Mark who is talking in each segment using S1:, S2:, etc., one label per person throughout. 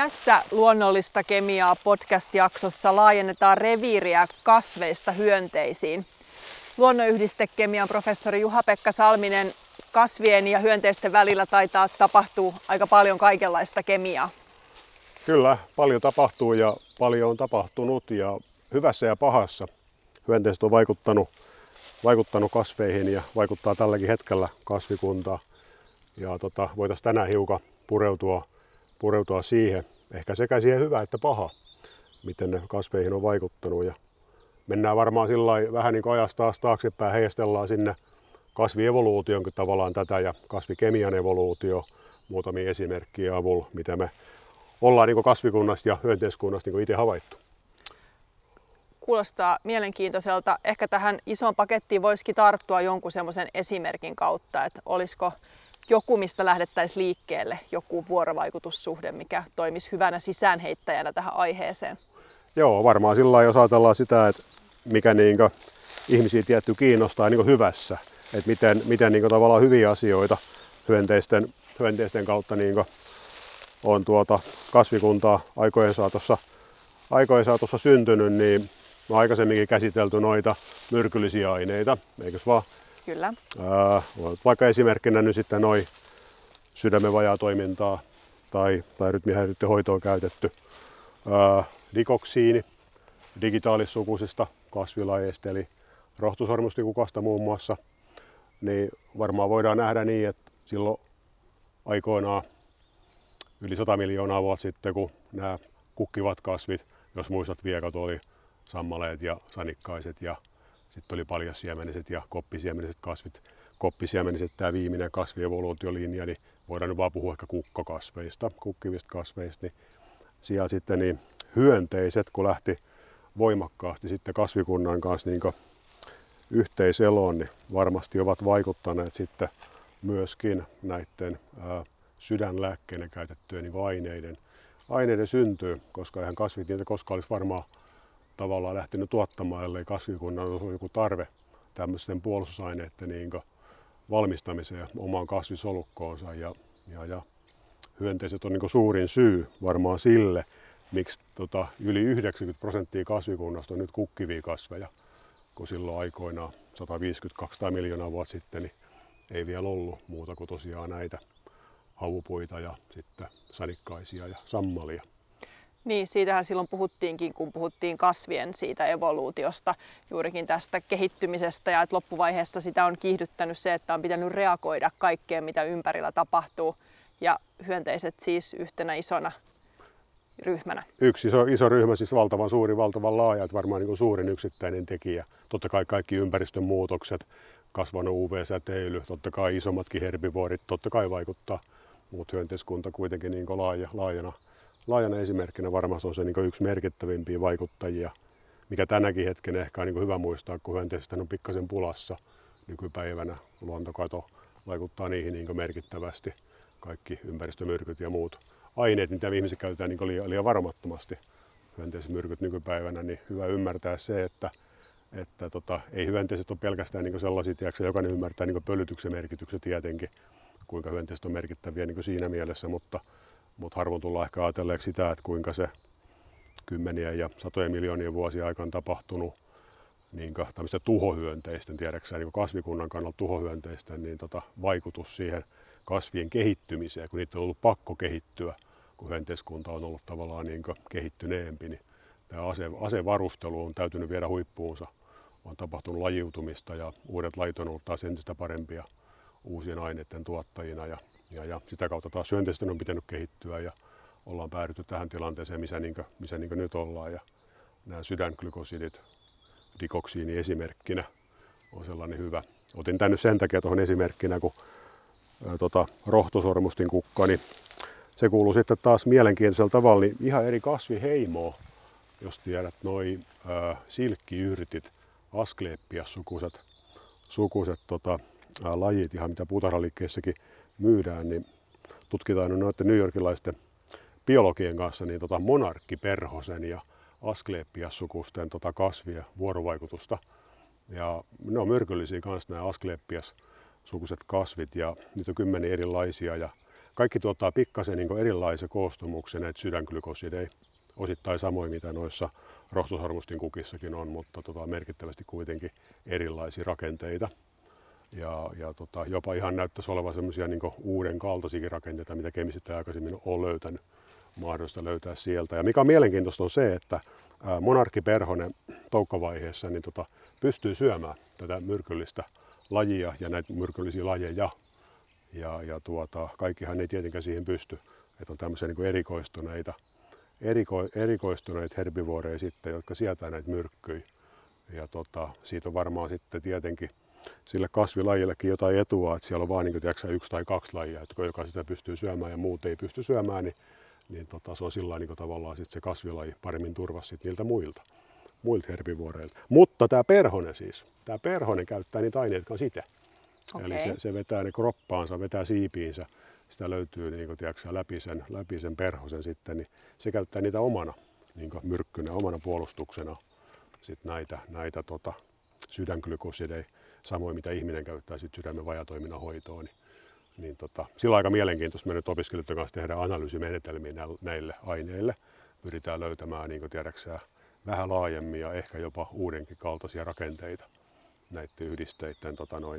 S1: Tässä Luonnollista kemiaa podcast-jaksossa laajennetaan reviiriä kasveista hyönteisiin. Luonnonyhdistekemian professori Juha-Pekka Salminen, kasvien ja hyönteisten välillä taitaa tapahtua aika paljon kaikenlaista kemiaa.
S2: Kyllä, paljon tapahtuu ja paljon on tapahtunut ja hyvässä ja pahassa. Hyönteiset on vaikuttanut kasveihin ja vaikuttaa tälläkin hetkellä kasvikuntaan. Ja voitaisiin tänään hiukan pureutua siihen, ehkä sekä siihen hyvä että paha, miten ne kasveihin on vaikuttanut. Ja mennään varmaan sillä vähän niin kuin ajasta taas taaksepäin, heijastellaan sinne kasvievoluutionkin tavallaan tätä ja kasvikemian evoluutio muutamia esimerkkiä avulla, mitä me ollaan niin kuin kasvikunnasta ja hyönteiskunnasta niin kuin itse havaittu.
S1: Kuulostaa mielenkiintoiselta. Ehkä tähän isoon pakettiin voisikin tarttua jonkun semmoisen esimerkin kautta, että olisiko joku, mistä lähdettäisiin liikkeelle, joku vuorovaikutussuhde, mikä toimisi hyvänä sisäänheittäjänä tähän aiheeseen.
S2: Joo, varmaan sillä lailla, jos ajatellaan sitä, että mikä niinkö ihmisiä tietty kiinnostaa niin hyvässä, että miten niinkö tavallaan hyviä asioita hyönteisten kautta niinkö on kasvikuntaa aikojen saatossa syntynyt, niin on aikaisemminkin käsitelty noita myrkyllisiä aineita, eikös vaan?
S1: Kyllä.
S2: Vaikka esimerkkinä nyt sitten noi sydämen vajaatoimintaa tai rytmihäiriöiden hoitoon käytetty dikoksiini digitaalissukuisista kasvilajeista, eli rohtosormustikukasta muun muassa, niin varmaan voidaan nähdä niin, että silloin aikoinaan yli 100 miljoonaa vuotta sitten, kun nämä kukkivat kasvit, jos muistat viekat, oli sammaleet ja sanikkaiset ja sitten oli paljassiemeniset ja koppisiemeniset kasvit. Koppisiemeniset, tämä viimeinen kasvievoluutiolinja, niin voidaan nyt vaan puhua ehkä kukkakasveista, kukkivista kasveista. Niin siellä sitten niin hyönteiset, kun lähti voimakkaasti sitten kasvikunnan kanssa niin yhteiseloon, niin varmasti ovat vaikuttaneet sitten myöskin näiden sydänlääkkeenä käytettyjen niin aineiden syntyyn, koska eihän kasvit niitä koskaan olisi varmaan tavallaan lähtenyt tuottamaan, ellei kasvikunnan olisi joku tarve tämmöisten puolustusaineiden niin valmistamiseen omaan kasvisolukkoonsa. Ja hyönteiset on niin suurin syy varmaan sille, miksi yli 90% kasvikunnasta on nyt kukkivia kasveja, kun silloin aikoinaan 150-200 miljoonaa vuotta sitten niin ei vielä ollut muuta kuin tosiaan näitä havupuita ja sitten sanikkaisia ja sammalia.
S1: Niin, siitähän silloin puhuttiinkin, kun puhuttiin kasvien siitä evoluutiosta, juurikin tästä kehittymisestä, ja että loppuvaiheessa sitä on kiihdyttänyt se, että on pitänyt reagoida kaikkeen, mitä ympärillä tapahtuu, ja hyönteiset siis yhtenä isona ryhmänä.
S2: Yksi iso ryhmä, siis valtavan suuri, valtavan laaja, että varmaan niin kuin suurin yksittäinen tekijä. Totta kai kaikki ympäristön muutokset, kasvanut UV-säteily, totta kai isommatkin herbivorit, totta kai vaikuttaa, mutta hyönteiskunta kuitenkin niin kuin laajana esimerkkinä varmasti on se niin yksi merkittävimpiä vaikuttajia, mikä tänäkin hetken ehkä on niin hyvä muistaa, kun hyönteisistä on pikkasen pulassa nykypäivänä. Luontokato vaikuttaa niihin niin merkittävästi. Kaikki ympäristömyrkyt ja muut aineet, mitä ihmiset käytetään niin liian varomattomasti. Hyönteismyrkyt nykypäivänä, niin hyvä ymmärtää se, että ei hyönteiset ole pelkästään niin sellaisia, tiedätkö, jokainen ymmärtää niin pölytyksen merkityksen tietenkin, kuinka hyönteiset on merkittäviä niin siinä mielessä, mutta harvoin tullaan ehkä ajatelleeksi sitä, että kuinka se kymmenien ja satojen miljoonien vuosien aikana tapahtunut niin tämmöisten tuhohyönteisten, tiedäksä, niin kasvikunnan kannalta tuhohyönteisten niin vaikutus siihen kasvien kehittymiseen, kun niitä on ollut pakko kehittyä, kun hyönteiskunta on ollut tavallaan niin kehittyneempi, niin tämä asevarustelu on täytynyt viedä huippuunsa. On tapahtunut lajiutumista ja uudet lajit on ollut taas entistä parempia uusien aineiden tuottajina ja sitä kautta taas hyönteisten on pitänyt kehittyä ja ollaan päädytty tähän tilanteeseen, missä nyt ollaan. Ja nämä sydänglykosidit dikoksiini esimerkkinä on sellainen hyvä. Otin tän nyt sen takia tuohon esimerkkinä, kun rohtosormustin kukka, niin se kuuluu sitten taas mielenkiintoisella tavalla niin ihan eri kasviheimoa, jos tiedät noi silkkiyrtit, Asklepias-sukuiset lajit, ihan mitä puutarhaliikkeessäkin myydään, niin tutkitaan nyt noiden newyorkilaisten biologien kanssa niin monarkkiperhosen ja Asklepias-sukuisten kasvien vuorovaikutusta. Ja ne on myrkyllisiä kanssa nämä Asklepias-sukuiset kasvit ja niitä on kymmeniä erilaisia ja kaikki tuottaa pikkasen niin erilaisen koostumuksen näitä sydänglykosideja. Osittain samoin mitä noissa rohtosormustin kukissakin on, mutta merkittävästi kuitenkin erilaisia rakenteita. Ja jopa ihan näyttäisi olevan semmoisia niin uuden kaltaisiakin rakenteita, mitä kemistit ei aikaisemmin ole löytänyt, mahdollista löytää sieltä. Ja mikä on mielenkiintoista on se, että monarkkiperhonen toukkavaiheessa niin pystyy syömään tätä myrkyllistä lajia ja näitä myrkyllisiä lajeja. Ja kaikkihan ei tietenkään siihen pysty, että on tämmöisiä niin erikoistuneita herbivoreja sitten, jotka sietää näitä myrkkyjä. Ja siitä on varmaan sitten tietenkin sille kasvilajillekin jotain etua, että siellä on vain niin yksi tai kaksi lajia, että joka sitä pystyy syömään ja muut ei pysty syömään, niin se on sillä niin tavallaan sit se kasvilaji paremmin turvassa niiltä muilta herbivoreilta. Mutta tämä perhonen käyttää niitä aineita kanssa itse. Okay. Eli se vetää ne kroppaansa, vetää siipiinsä, sitä löytyy niin läpi sen perhosen sitten, niin se käyttää niitä omana niin myrkkynä, omana puolustuksena sit näitä sydänglykosideja, samoin mitä ihminen käyttää sit sydämen vajatoiminnan hoitoon. Niin sillä on aika mielenkiintoista me nyt opiskelijoiden kanssa tehdään analyysimenetelmiä näille aineille. Pyritään löytämään niin tiedäksää vähän laajemmin ja ehkä jopa uudenkin kaltaisia rakenteita näiden yhdisteiden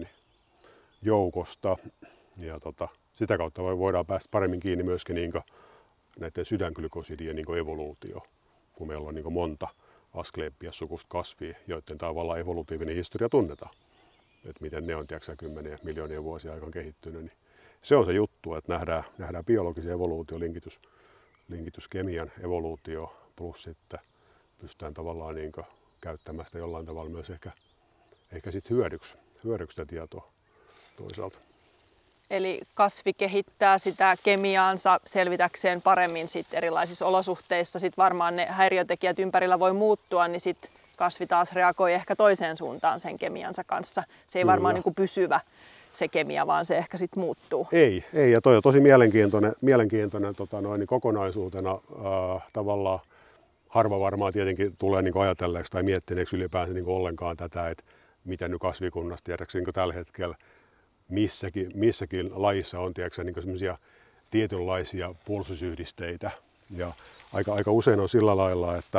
S2: joukosta. Ja sitä kautta voidaan päästä paremmin kiinni myöskin niin näiden sydänglykosidien niin evoluutio, kun meillä on niin monta Asclepias sukusta kasvia, joiden tavallaan evolutiivinen historia tunnetaan. Että miten ne on kymmeniä miljoonia vuosia aikaan kehittynyt. Niin se on se juttu, että nähdään biologisen evoluutio, linkityskemian evoluutio plus sitten pystytään tavallaan niin käyttämään sitä jollain tavalla myös ehkä sit hyödyksi sitä tietoa toisaalta.
S1: Eli kasvi kehittää sitä kemiaansa selvitäkseen paremmin sit erilaisissa olosuhteissa. Sitten varmaan ne häiriötekijät ympärillä voi muuttua, niin sit kasvi taas reagoi ehkä toiseen suuntaan sen kemiansa kanssa. Se ei varmaan niin kuin pysyvä se kemia, vaan se ehkä sitten muuttuu.
S2: Ei, ja toi on tosi mielenkiintoinen kokonaisuutena tavallaan. Harva varmaan tietenkin tulee niin ajatelleeksi tai miettineeksi ylipäänsä niin ollenkaan tätä, että miten nyt kasvikunnassa tiedätkö, niin tällä hetkellä missäkin lajissa on niin semmoisia tietynlaisia puolustusyhdisteitä. Ja aika usein on sillä lailla, että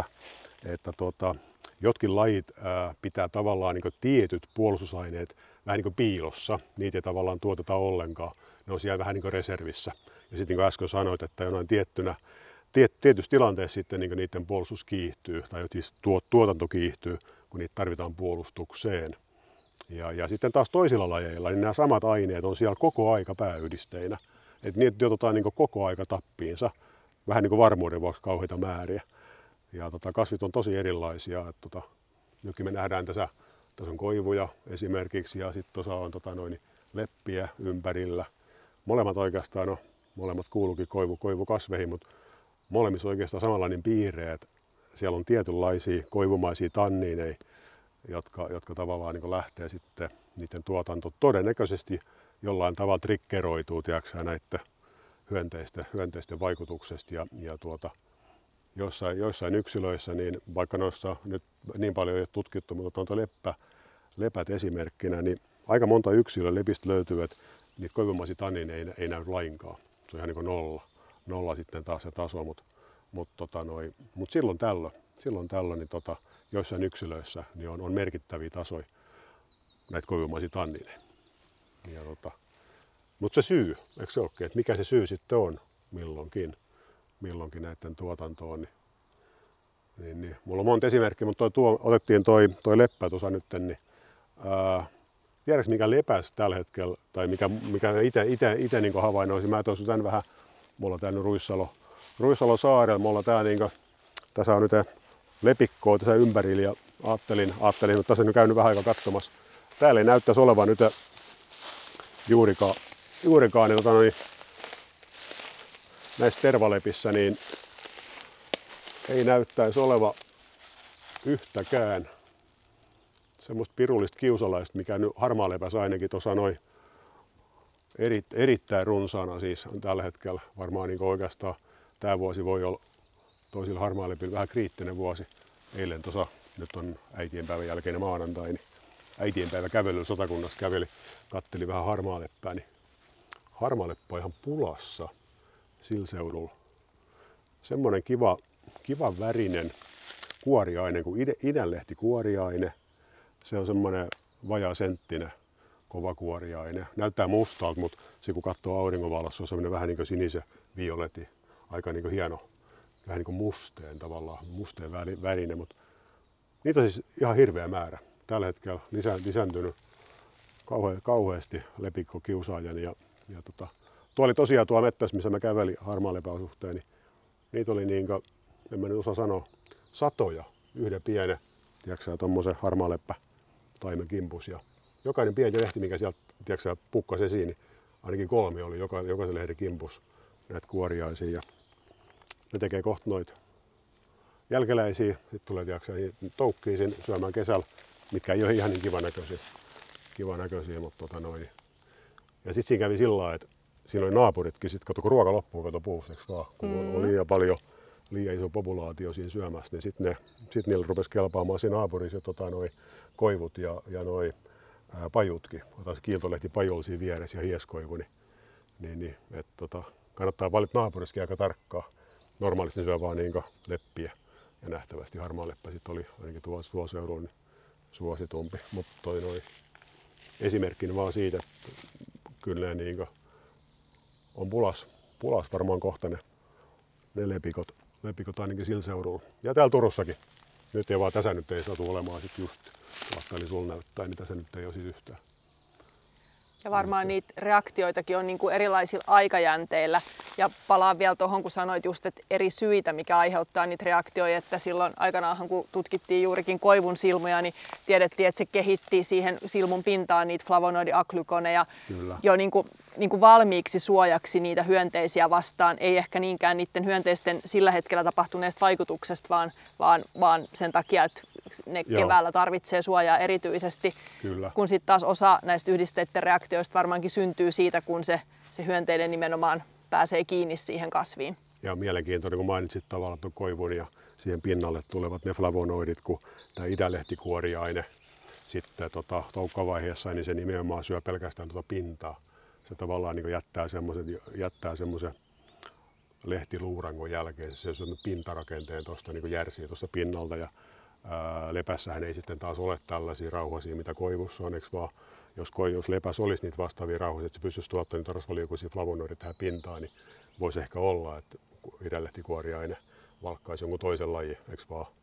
S2: jotkin lajit pitää tavallaan niin tietyt puolustusaineet vähän niin piilossa. Niitä ei tavallaan tuoteta ollenkaan. Ne on siellä vähän niin reservissä. Ja sitten niin kuin äsken sanoit, että jonain tietyssä tilanteessa sitten niin niiden puolustus kiihtyy, tai siis tuotanto kiihtyy, kun niitä tarvitaan puolustukseen. Ja sitten taas toisilla lajeilla, niin nämä samat aineet on siellä koko aika pääyhdisteinä. Että niitä joudutaan niin koko aika tappiinsa, vähän niin kuin varmuuden vuoksi kauheita määriä. Ja kasvit on tosi erilaisia. Nytkin me nähdään tässä on koivuja esimerkiksi, ja sitten tuossa on leppiä ympärillä. Molemmat oikeastaan, molemmat kuuluukin koivukasveihin, mutta molemmissa oikeastaan samanlainen piirre, että siellä on tietynlaisia koivumaisia tanniineja, jotka tavallaan niin lähtee sitten niiden tuotanto todennäköisesti jollain tavalla triggeroituu näiden hyönteisten vaikutuksesta ja joissain yksilöissä, niin vaikka noissa nyt niin paljon ei ole tutkittu, mutta on lepät esimerkkinä, niin aika monta yksilöä lepistä löytyy, että niitä koivumaisia tanniineja ei näy lainkaan. Se on ihan niin kuin nolla sitten taas se taso, mutta silloin tällöin niin joissain yksilöissä niin on merkittäviä tasoja näitä koivumaisia tanniineja. Mutta se syy, eikö se olekin, että mikä se syy sitten on milloinkin näiden tuotantoon, niin mulla on monta esimerkkiä, mutta otettiin toi leppä tuossa nyt, niin tiedätkö mikä lepäs tällä hetkellä, tai mikä itse niin havainnoisin, mä toisin tämän vähän, mulla on täällä Ruissalo saarella, mulla on tässä on nyt lepikkoa tässä ympärillä ja ajattelin, että tässä on nyt käynyt vähän aikaa katsomassa. Täällä ei näyttäisi olevan nyt juurikaan niin, näissä tervalepissä niin ei näyttäisi oleva yhtäkään semmoista pirullista kiusalaista, mikä nyt harmaalepässä ainakin tuossa noin erittäin runsaana siis on tällä hetkellä. Varmaan niin oikeastaan tämä vuosi voi olla toisilla harmaalepillä vähän kriittinen vuosi. Eilen tuossa, nyt on äitienpäivän jälkeinen maanantai, niin äitienpäivä kävelyllä Sotakunnassa katteli vähän harmaaleppää, niin harmaaleppa ihan pulassa sillä seudulla. Semmoinen kivan värinen kuoriainen kuin idänlehtikuoriainen. Se on semmoinen vajaa senttinen kova kuoriainen. Näyttää mustalta, mutta se kun katsoo auringonvalossa, on semmoinen vähän niin kuin sinisen violeti. Aika niin kuin hieno, vähän niin kuin musteen tavallaan, musteen värinen, mutta niitä on siis ihan hirveä määrä. Tällä hetkellä lisääntynyt kauheasti lepikkokiusaajan. Tuo oli tosiaan tuo mettässä, missä mä kävelin harmaalepän suhteen, niin niitä oli niin kuin, en mä nyt osaa sanoa, satoja yhden pienen, tiedätkö tommosen harmaaleppä taimen kimpus. Ja jokainen pieni lehti, mikä sieltä tiedätkö, pukkasi esiin, niin ainakin 3 oli jokaisen lehden kimpus näitä kuoriaisia. Ja ne tekee kohta noita jälkeläisiä, sitten tulee tiedätkö, toukkii siinä syömään kesällä, mitkä ei ole ihan niin kivan näköisiä, mutta Ja sitten siinä kävi sillä lailla, että siinä oli naapuritkin, sitten kun ruoka loppuu puusta, vaan, kun oli liian iso populaatio siinä syömässä, niin sitten niillä rupesi kelpaamaan siinä naapurissa koivut ja noi pajutkin. Otas kiiltolehti pajulla siinä vieressä ja hieskoivu, kannattaa valita naapurissakin aika tarkkaan. Normaalisti ne syö vaan niin leppiä ja nähtävästi harmaaleppä sitten oli ainakin tuolla seudulla niin suositumpi, mutta esimerkkinä vaan siitä, että kyllä ne niin on pulas varmaan kohta ne lepikot ainakin sillä seudulla. Ja täällä Turussakin. Nyt ei vaan tässä nyt ei satu olemaan sit just, vaikka eli sulla näyttää, niin tässä nyt ei ole sit yhtään.
S1: Ja varmaan niitä reaktioitakin on niin kuin erilaisilla aikajänteillä. Ja palaan vielä tuohon, kun sanoit just, että eri syitä, mikä aiheuttaa niitä reaktioita. Että silloin aikanaanhan, kun tutkittiin juurikin koivun silmuja, niin tiedettiin, että se kehitti siihen silmun pintaan niitä flavonoidiaglykoneja jo niin kuin valmiiksi suojaksi niitä hyönteisiä vastaan. Ei ehkä niinkään niiden hyönteisten sillä hetkellä tapahtuneesta vaikutuksesta, vaan sen takia, että ne keväällä tarvitsee suojaa erityisesti.
S2: Kyllä. Kun
S1: sitten taas osa näistä yhdisteiden reaktioista varmaankin syntyy siitä, kun se hyönteinen nimenomaan pääsee kiinni siihen kasviin.
S2: Ja mielenkiintoinen, kun mainitsit tavallaan tuon koivun ja siihen pinnalle tulevat ne flavonoidit, kun tämä idänlehtikuoriaine sitten toukkavaiheessa, niin se nimenomaan syö pelkästään pintaa. Se tavallaan niin jättää semmoisen lehtiluurangon jälkeen, se syö pintarakenteen tuosta niin järsii tuosta pinnalta. Ja lepässähän ei sitten taas ole tällaisia rauhasia, mitä koivussa on, eikö vaan? Jos lepässä olisi niitä vastaavia rauhasia, että se pystyisi tuottamaan niitä rasvalukuisia flavonoideja tähän pintaan, niin voisi ehkä olla, että idänlehtikuoriaine valkkaisi jonkun toisen lajin, eikö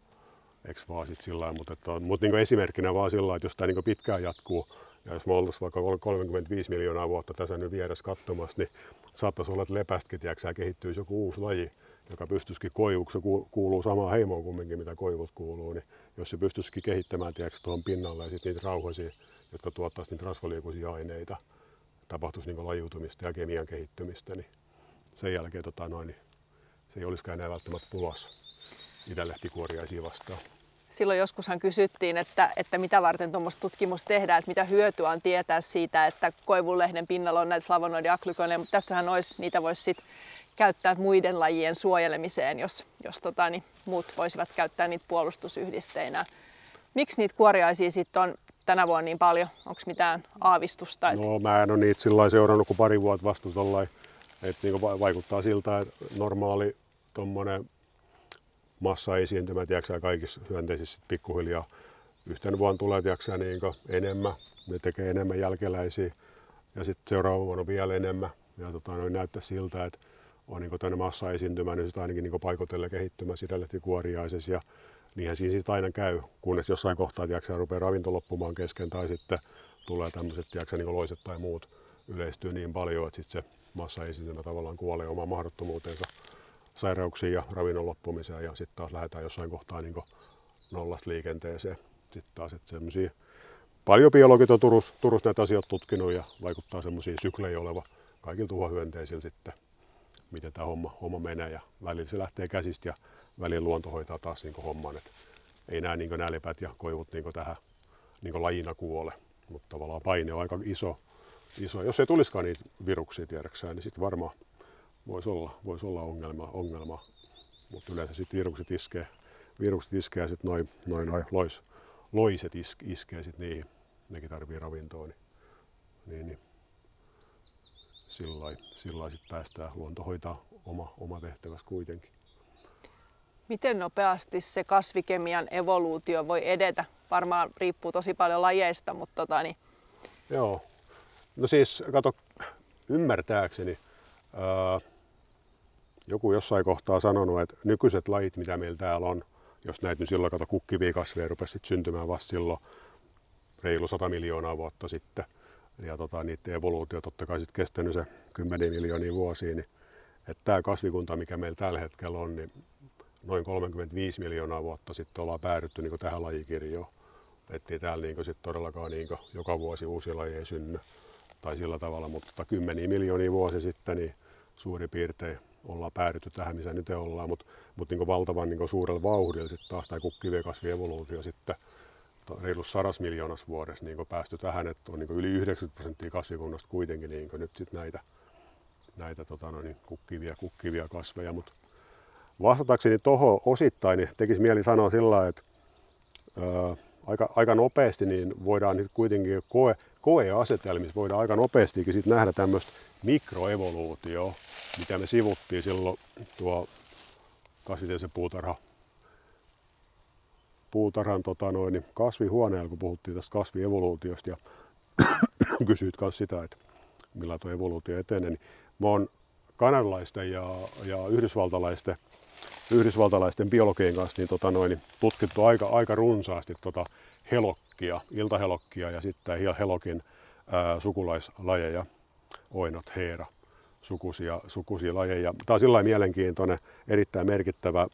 S2: vaan sit sillä lailla. Mutta niin esimerkkinä vaan sillä lailla, että jos tämä niin pitkään jatkuu, ja jos me oltaisiin vaikka 35 miljoonaa vuotta tässä nyt vieressä katsomassa, niin saattaisi olla, että lepästäkin kehittyisi joku uusi laji, joka pystyisikin koivuksi, kuuluu samaan heimoon kumminkin, mitä koivut kuuluu, niin jos se pystyisikin kehittämään tuohon pinnalle ja sitten niitä rauhasia, jotka tuottaisivat niitä rasvaliukuisia aineita, tapahtuisi niin lajiutumista ja kemian kehittymistä, niin sen jälkeen niin se ei olisikaan enää välttämättä pulas idänlehtikuoriaisia vastaan.
S1: Silloin joskushan kysyttiin, että mitä varten tuommoista tutkimusta tehdään, että mitä hyötyä on tietää siitä, että koivunlehden pinnalla on näitä flavonoidiaglykoneja, mutta tässähän niitä voisi sitten käyttää muiden lajien suojelemiseen, jos muut voisivat käyttää niitä puolustusyhdisteinä. Miksi niitä kuoriaisia sitten on tänä vuonna niin paljon? Onko mitään aavistusta?
S2: No mä en ole niitä sillä seurannut kuin pari vuotta vasta tollain, että niin vaikuttaa siltä, että normaali tommonen massaesiintymä kaikissa hyönteisissä pikkuhiljaa yhtenä vuonna tulee niin enemmän, ne tekee enemmän jälkeläisiä ja sitten seuraava vuonna vielä enemmän. Ja näyttää siltä, että on niin tämmöinen massaesiintymä, niin sitä ainakin niin paikotellen kehittymässä idänlehtikuoriaisessa. Ja niinhän siinä sitten aina käy, kunnes jossain kohtaa rupeaa ravinto loppumaan kesken tai sitten tulee tämmöiset niin loiset tai muut yleistyy niin paljon, että sitten se massaesiintymä tavallaan kuolee omaan mahdottomuutensa sairauksiin ja ravinnon loppumiseen ja sitten taas lähdetään jossain kohtaa niin nollasta liikenteeseen. Sitten taas, että semmoisia paljon biologit on Turussa näitä asioita tutkinut ja vaikuttaa semmoisia syklejä oleva kaikilla tuhohyönteisillä sitten, miten tämä homma menee ja välillä se lähtee käsistä ja välillä luonto hoitaa taas niin homman. Et ei nämä lepät ja koivut niin tähän niin lajina kuole, mutta tavallaan paine on aika iso. Jos ei tulisikaan niitä viruksia tiedäksään, niin sitten varmaan voisi olla ongelma. Mutta yleensä sitten virukset iskee ja sitten noin loiset iskee sitten niihin. Nekin tarvii ravintoa. Niin. sillä sit päästään, luonto hoitaa oma tehtävässä kuitenkin.
S1: Miten nopeasti se kasvikemian evoluutio voi edetä? Varmaan riippuu tosi paljon lajeista, mutta
S2: Joo. No siis, kato, ymmärtääkseni joku jossain kohtaa sanonut, että nykyiset lajit, mitä meillä täällä on, jos näitä nyt silloin kukkivia kasveja rupesi syntymään vasta silloin reilu 100 miljoonaa vuotta sitten, ja niiden evoluutio totta kai sitten kestänyt se 10 miljoonia vuosia, niin että tämä kasvikunta, mikä meillä tällä hetkellä on, niin noin 35 miljoonaa vuotta sitten ollaan päädytty niin tähän lajikirjoon. Ettei täällä niin sit todellakaan niin joka vuosi uusia lajeja synny tai sillä tavalla, mutta 10 miljoonia vuosia sitten niin suurin piirtein ollaan päädytty tähän, missä nyt ollaan, mutta niin valtavan niin suurella vauhdilla sitten taas tämä kukkivien kasvien evoluutio sitten reilu 100 miljoonassa vuodessa niin päästy tähän, että on niin yli 90% kasvikunnasta kuitenkin niin nyt sit näitä kukkivia kasveja. Mutta vastatakseni tuohon osittain, niin tekisi mieli sanoa sillä lailla, että aika nopeasti niin voidaan nyt kuitenkin koeasetelmissa voidaan aika nopeastikin sit nähdä tämmöistä mikroevoluutioa, mitä me sivuttiin silloin tuo kasvitieteellisen puutarhan kasvihuoneella, kun puhuttiin tästä kasvievoluutiosta ja kysyit myös sitä, että millä tuo evoluutio etenee. Niin mä oon kanadalaisten ja yhdysvaltalaisten biologien kanssa tutkittu aika runsaasti helokkia, iltahelokkia ja sitten helokin sukulaislajeja, oinot, heera, sukuisia lajeja. Tämä on sillä mielenkiintoinen, erittäin merkittävä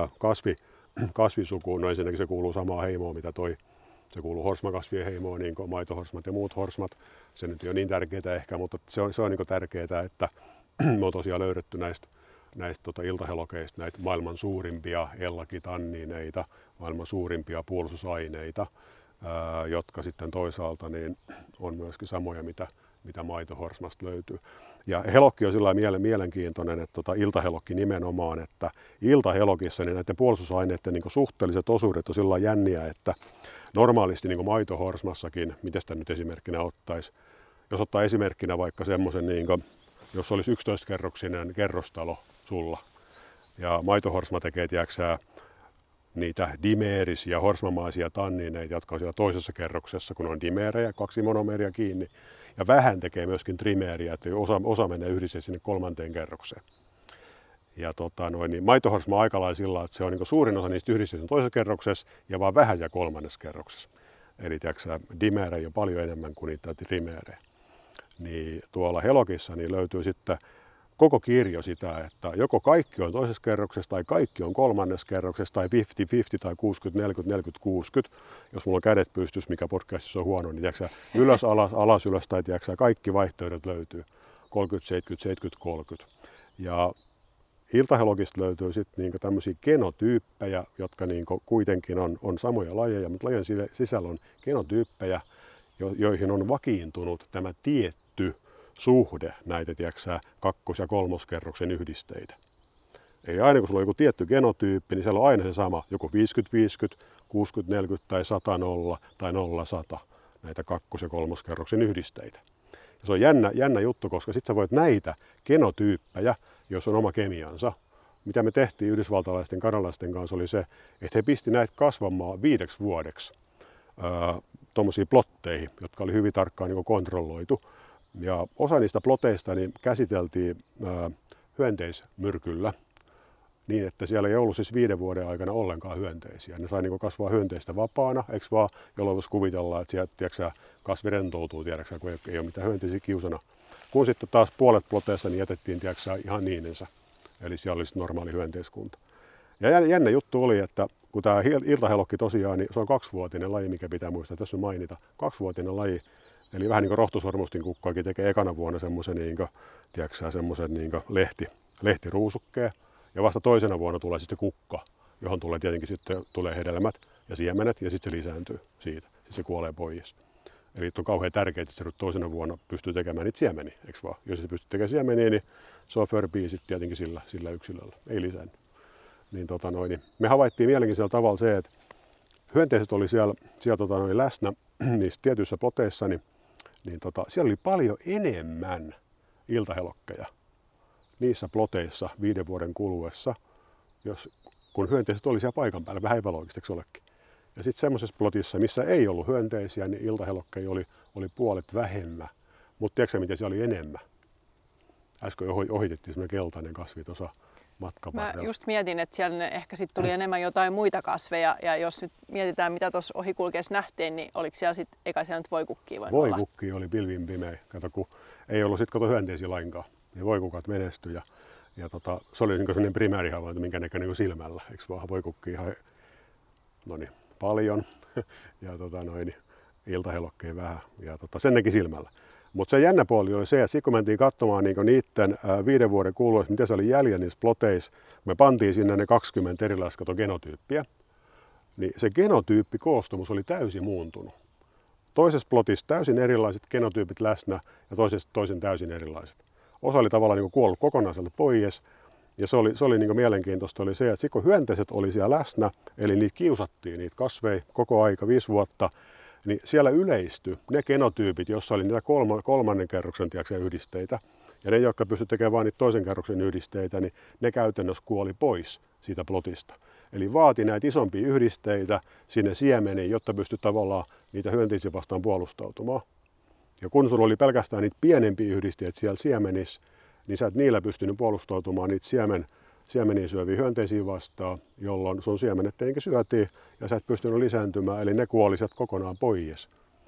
S2: kasvisuku. No ensinnäkin se kuuluu samaan heimoon, se kuuluu horsmakasvien heimoon, niin kuin maitohorsmat ja muut horsmat. Se nyt ei ole niin tärkeää ehkä, mutta se on niin tärkeää, että me on tosiaan löydetty näistä iltahelokeista näitä maailman suurimpia ellakitannineita, maailman suurimpia puolustusaineita, jotka sitten toisaalta niin on myöskin samoja, mitä maitohorsmasta löytyy. Ja helokki on sillä mielenkiintoinen, että iltahelokki nimenomaan, että iltahelokissa niin näiden puolustusaineiden niin suhteelliset osuudet on sillä jänniä, että normaalisti niin maitohorsmassakin, miten sitä nyt esimerkkinä ottaisi, jos ottaa esimerkkinä vaikka semmoisen, niin jos olisi 11-kerroksinen kerrostalo sulla ja maitohorsma tekee niitä dimeerisiä horsmamaisia tannineita, jotka on siellä toisessa kerroksessa, kun on dimeerejä, 2 monomeeria kiinni, ja vähän tekee myöskin trimeeriä, että osa menee yhdessä sinne 3. kerrokseen. Ja niin maitohorsma on aika lailla sillä, että se on niin suurin osa niistä yhdessä toisessa kerroksessa ja vaan vähän ja 3. kerroksessa. Eli dimeerejä on paljon enemmän kuin niitä trimeerejä. Niin tuolla helokissa niin löytyy sitten koko kirjo sitä, että joko kaikki on toisessa kerroksessa tai kaikki on 3. kerroksessa tai 50-50 tai 60-40-40-60. Jos mulla on kädet pystyssä, mikä podcastissa on huono, niin ylös, alas, ylös tai kaikki vaihtoehdot löytyy. 30, 70, 70, 30. Ja iltahelokista löytyy sitten niinku tämmöisiä genotyyppejä, jotka niinku kuitenkin on samoja lajeja, mutta lajien sisällä on genotyyppejä, joihin on vakiintunut tämä tietty suhde näitä 2- ja 3-kerroksen yhdisteitä. Eli aina kun sulla on joku tietty genotyyppi, niin siellä on aina se sama, joku 50-50, 60-40 tai 100-0 tai 0-100 näitä 2- ja 3-kerroksen yhdisteitä. Ja se on jännä juttu, koska sitten sä voit näitä genotyyppejä, jos on oma kemiansa. Mitä me tehtiin yhdysvaltalaisten kanalaisten kanssa oli se, että he pisti näitä kasvamaan 5 vuodeksi tuommoisiin plotteihin, jotka oli hyvin tarkkaan niin kontrolloitu. Ja osa niistä ploteista niin käsiteltiin hyönteismyrkyllä niin, että siellä ei ollut siis 5 vuoden aikana ollenkaan hyönteisiä. Ne sai niin kasvaa hyönteistä vapaana, eikö vaan, jolloin voisi kuvitella, että sieltä kasvi rentoutuu, kun ei ole mitään hyönteisiä kiusana. Kun sitten taas puolet ploteista niin jätettiin ihan niinensä, eli siellä oli normaali hyönteiskunta. Ja jännä juttu oli, että kun tämä iltahelokki tosiaan, niin se on 2-vuotinen laji, mikä pitää muistaa tässä mainita. 2-vuotinen laji, eli vähän niin kuin rohtosormustin kukkoakin tekee ekana vuonna semmoisen lehtiruusukkeen. Ja vasta toisena vuonna tulee sitten kukka, johon tulee tietenkin sitten hedelmät ja siemenet ja sitten se lisääntyy siitä. Sitten se kuolee pois. Eli on kauhean tärkeää, että se toisena vuonna pystyy tekemään niitä siemeniä, eikö vaan? Jos se pystyy tekemään siemeniä, niin se on förbii sitten tietenkin sillä yksilöllä, ei lisäänny. Niin, me havaittiin mielenkiintoisella tavalla se, että hyönteiset oli siellä läsnä niissä tietyissä ploteissa, niin siellä oli paljon enemmän iltahelokkeja niissä ploteissa 5 vuoden kuluessa, kun hyönteiset oli siellä paikan päällä, vähän epäloogista, eikö olekin. Ja sitten semmoisessa plotissa, missä ei ollut hyönteisiä, niin iltahelokkeja oli puolet vähemmän. Mutta tiedätkö miten siellä oli enemmän? Äsken ohitettiin semmoinen keltainen kasvi tuossa matkan varrella.
S1: Mä just mietin, että siellä ehkä sitten tuli enemmän jotain muita kasveja. Ja jos nyt mietitään, mitä tuossa ohikulkeessa nähtiin, niin oliko siellä sitten, eikä siellä nyt voikukkia voinut olla?
S2: Voikukkia oli pilvin pimeä. Kato, kun ei ollut sitten hyönteisiä lainkaan. Niin voikukat menestyi. Ja se oli niin sellainen primäärihavainto, minkä näköinen niin silmällä. Eikö vaan voikukkia ihan paljon ja iltahelokkeja vähän. Ja sen näki silmällä. Mutta se jännä puoli oli se, että sitten kun mentiin katsomaan niiden 5 vuoden kuluessa, mitä se oli jäljellä niissä ploteissa, me pantiin sinne ne 20 erilaista genotyyppiä, niin se genotyyppikoostumus oli täysin muuntunut. Toisessa plotissa täysin erilaiset genotyypit läsnä ja toisen täysin erilaiset. Osa oli tavallaan niin kuin kuollut kokonaan sieltä pois. Ja se oli niin kuin mielenkiintoista oli se, että sitten kun hyönteiset oli siellä läsnä, eli niitä kiusattiin, niitä kasveja koko aika 5 vuotta, niin siellä yleistyi ne genotyypit, joissa oli niitä kolmannen kerroksen yhdisteitä. Ja ne, jotka pystyivät tekemään vain niitä toisen kerroksen yhdisteitä, niin ne käytännössä kuoli pois siitä plotista. Eli vaati näitä isompia yhdisteitä sinne siemeniin, jotta pystyi tavallaan niitä hyönteisiä vastaan puolustautumaan. Ja kun sulla oli pelkästään niitä pienempiä yhdisteitä siellä siemenissä, niin sä et niillä pystynyt puolustautumaan niitä siemeniä syöviä hyönteisiä vastaan, jolloin sun siemenet tietenkin syötiin ja sä et pystynyt lisääntymään, eli ne kuoli sieltä kokonaan pois,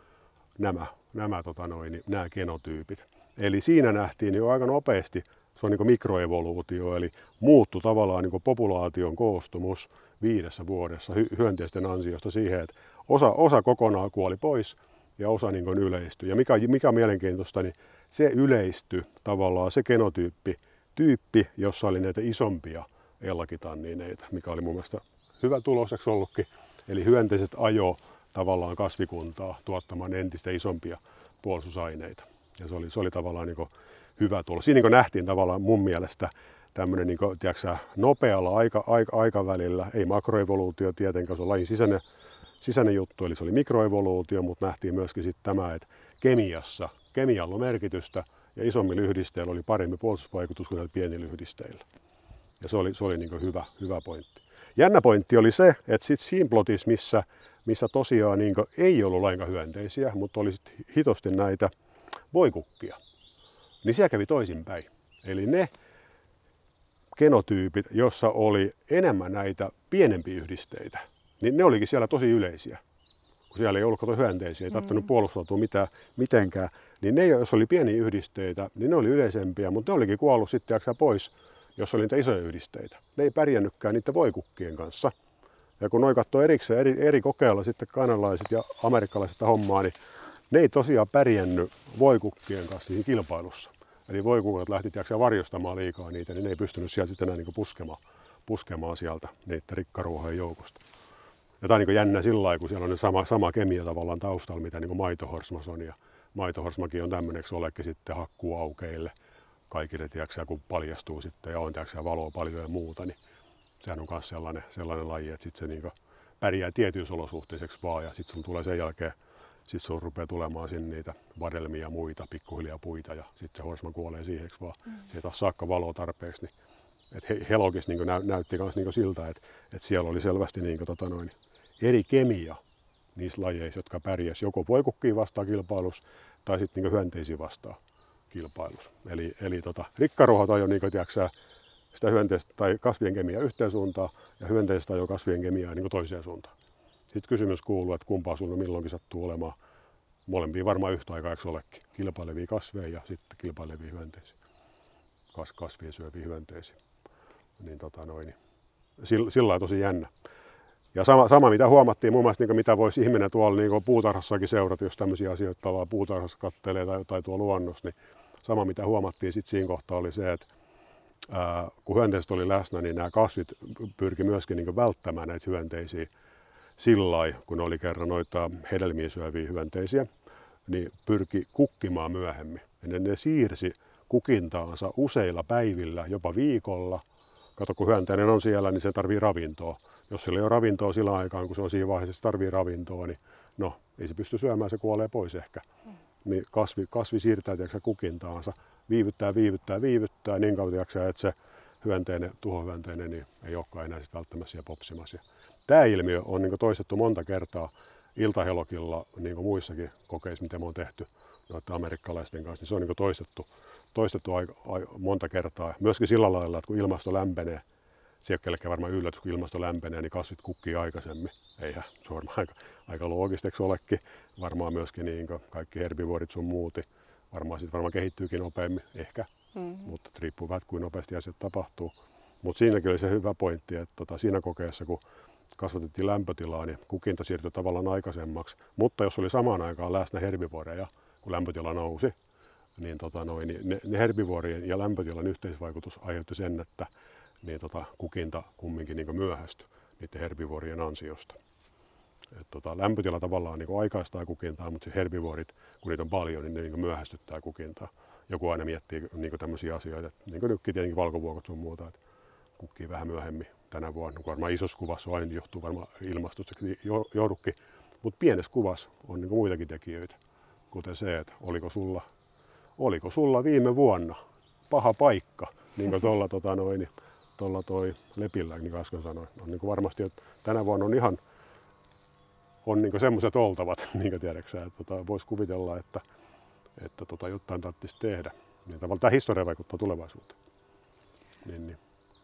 S2: nämä genotyypit. Eli siinä nähtiin jo aika nopeasti, se on niin kuin mikroevoluutio, eli muuttui tavallaan niin kuin populaation koostumus 5 vuodessa hyönteisten ansiosta siihen, että osa kokonaan kuoli pois ja osa niin kuin yleistyi. Ja mikä on mielenkiintoista, niin se yleistyi tavallaan se genotyyppi, jossa oli näitä isompia ellakitanniineita, mikä oli mun mielestä hyvä tulokseksi ollutkin. Eli hyönteiset ajo tavallaan kasvikuntaa tuottamaan entistä isompia puolustusaineita. Ja se oli tavallaan niin kuin hyvä tulos. Siinä niin kuin nähtiin tavallaan mun mielestä tämmöinen niin kuin, nopealla aikavälillä, ei makroevoluutio tietenkään, se on lajin sisäinen juttu, eli se oli mikroevoluutio, mutta nähtiin myöskin sitten tämä, että kemialla on merkitystä ja isommilla yhdisteillä oli parempi puolustusvaikutus kuin näillä pienillä yhdisteillä. Ja se oli niin kuin hyvä pointti. Jännä pointti oli se, että sitten siinä plotissa, missä tosiaan niin kuin ei ollut lainkaan hyönteisiä, mutta oli sit hitosti näitä voikukkia, niin siellä kävi toisinpäin. Eli ne genotyypit, joissa oli enemmän näitä pienempiä yhdisteitä, niin ne olikin siellä tosi yleisiä. Kun siellä ei ollut hyönteisiä, ei tarvinnut puolustautua mitenkään, niin ne, jos oli pieniä yhdisteitä, niin ne oli yleisempiä, mutta ne olikin kuollut sitten pois, jos oli niitä isoja yhdisteitä. Ne ei pärjännytkään niiden voikukkien kanssa. Ja kun noi katsoo erikseen eri kokeilla sitten kanalaiset ja amerikkalaiset hommaa, niin ne ei tosiaan pärjännyt voikukkien kanssa siinä kilpailussa. Eli voikukat lähti varjostamaan liikaa niitä, niin ne ei pystynyt sieltä sitten enää niin puskemaan sieltä niiden rikkaruohojen joukosta. Ja tämä on niin jännä sillä lailla, kun siellä on sama kemia tavallaan taustalla, mitä niin maitohorsmas on. Ja maitohorsmakin on tämmöiseksi olekin sitten hakkuaukeille kaikille, kun paljastuu sitten ja on valoa paljon ja muuta, niin sehän on myös sellainen laji, että sitten se niin pärjää tietyissä olosuhteisiksi vaan ja sitten sun tulee sen jälkeen, sitten sun rupeaa tulemaan sinne niitä vadelmia ja muita pikkuhiljaa puita ja sitten se horsma kuolee siihen vaan. Se ei taas saakka valoa tarpeeksi. Niin, Helogis niin näytti myös niin siltä, että siellä oli selvästi niin eri kemia niissä lajeissa, jotka pärjäsivät joko voikukkiin vastaan kilpailussa tai sitten niin hyönteisiä vastaan kilpailussa. Eli rikkaruohot ajoi niin sitä hyönteistä tai kasvien kemiaa yhteen suuntaan ja hyönteistä ajoi kasvien kemiaa niin toiseen suuntaan. Sitten kysymys kuuluu, että kumpaa suuntaan milloinkin sattuu olemaan. Molempia varmaan yhtä aikaa, eikö olekin? Kilpailevia kasveja ja sitten kilpailevia hyönteisiä. Kasvien syöviä hyönteisiä. Niin, sillä lailla tosi jännä. Ja sama mitä huomattiin muun muassa, niin mitä voisi ihminen tuolla niin puutarhassakin seurata, jos tämmöisiä asioita vaan puutarhassa katselee tai tuolla luonnossa, niin sama mitä huomattiin sitten siinä kohtaa oli se, että kun hyönteiset oli läsnä, niin nämä kasvit pyrki myöskin niin välttämään näitä hyönteisiä sillä lailla, kun ne oli kerran noita hedelmiä syöviä hyönteisiä, niin pyrki kukkimaan myöhemmin. Ja ne siirsi kukintaansa useilla päivillä, jopa viikolla. Kato, kun hyönteinen on siellä, niin se tarvii ravintoa. Jos sillä ei ole ravintoa sillä aikaan, kun se on siinä vaiheessa, että se tarvii ravintoa, niin ei se pysty syömään, se kuolee pois ehkä. Niin kasvi siirtää kukintaansa viivyttää niin kauan jaksaa, että se tuhohyönteinen niin ei olekaan enää sit välttämättä siellä popsimassa. Tämä ilmiö on niin toistettu monta kertaa iltahelokilla, niin kuin muissakin kokeissa, mitä me on tehty noiden amerikkalaisten kanssa, niin se on niin toistettu monta kertaa. Myöskin sillä lailla, että kun ilmasto lämpenee, se ei ole kellekään varmaan yllätys, kun ilmasto lämpenee, niin kasvit kukkii aikaisemmin. Eihän, se on varmaan aika loogista, eikö olekin? Varmaan myöskin niin kaikki herbivuorit sun muuti. Varmaan kehittyykin nopeammin, ehkä, mutta riippuu vähän, kuin nopeasti asiat tapahtuu. Mutta siinäkin oli se hyvä pointti, että siinä kokeessa, kun kasvatettiin lämpötilaa, niin kukinta siirtyi tavallaan aikaisemmaksi. Mutta jos oli samaan aikaan läsnä herbivoreja, kun lämpötila nousi, niin, ne herbivorien ja lämpötilan yhteisvaikutus aiheutti sen, että niin kukinta kumminkin niin myöhästyi niiden herbivorien ansiosta. Lämpötila tavallaan niin aikaistaa kukintaa, mutta herbivorit, kun niitä on paljon, niin ne niin myöhästyttää kukintaa. Joku aina miettii niin tämmöisiä asioita, niin kuin nytkin tietenkin valkovuokot sun muuta, että kukkii vähän myöhemmin tänä vuonna. Varmaan isossa kuvassa aina johtuu varmaan ilmastosta joudukin, mutta pienessä kuvassa on niin muitakin tekijöitä, kuten se, että oliko sulla viime vuonna paha paikka, niin kuin tuolla toi Lepillä, niin kuin äsken sanoin. On niin varmasti, että tänä vuonna on niin semmoiset oltavat, niin tiedäksä, että voisi kuvitella, että jotain tarvitsisi tehdä. Niin tavallaan tämä historia vaikuttaa tulevaisuuteen. Niin.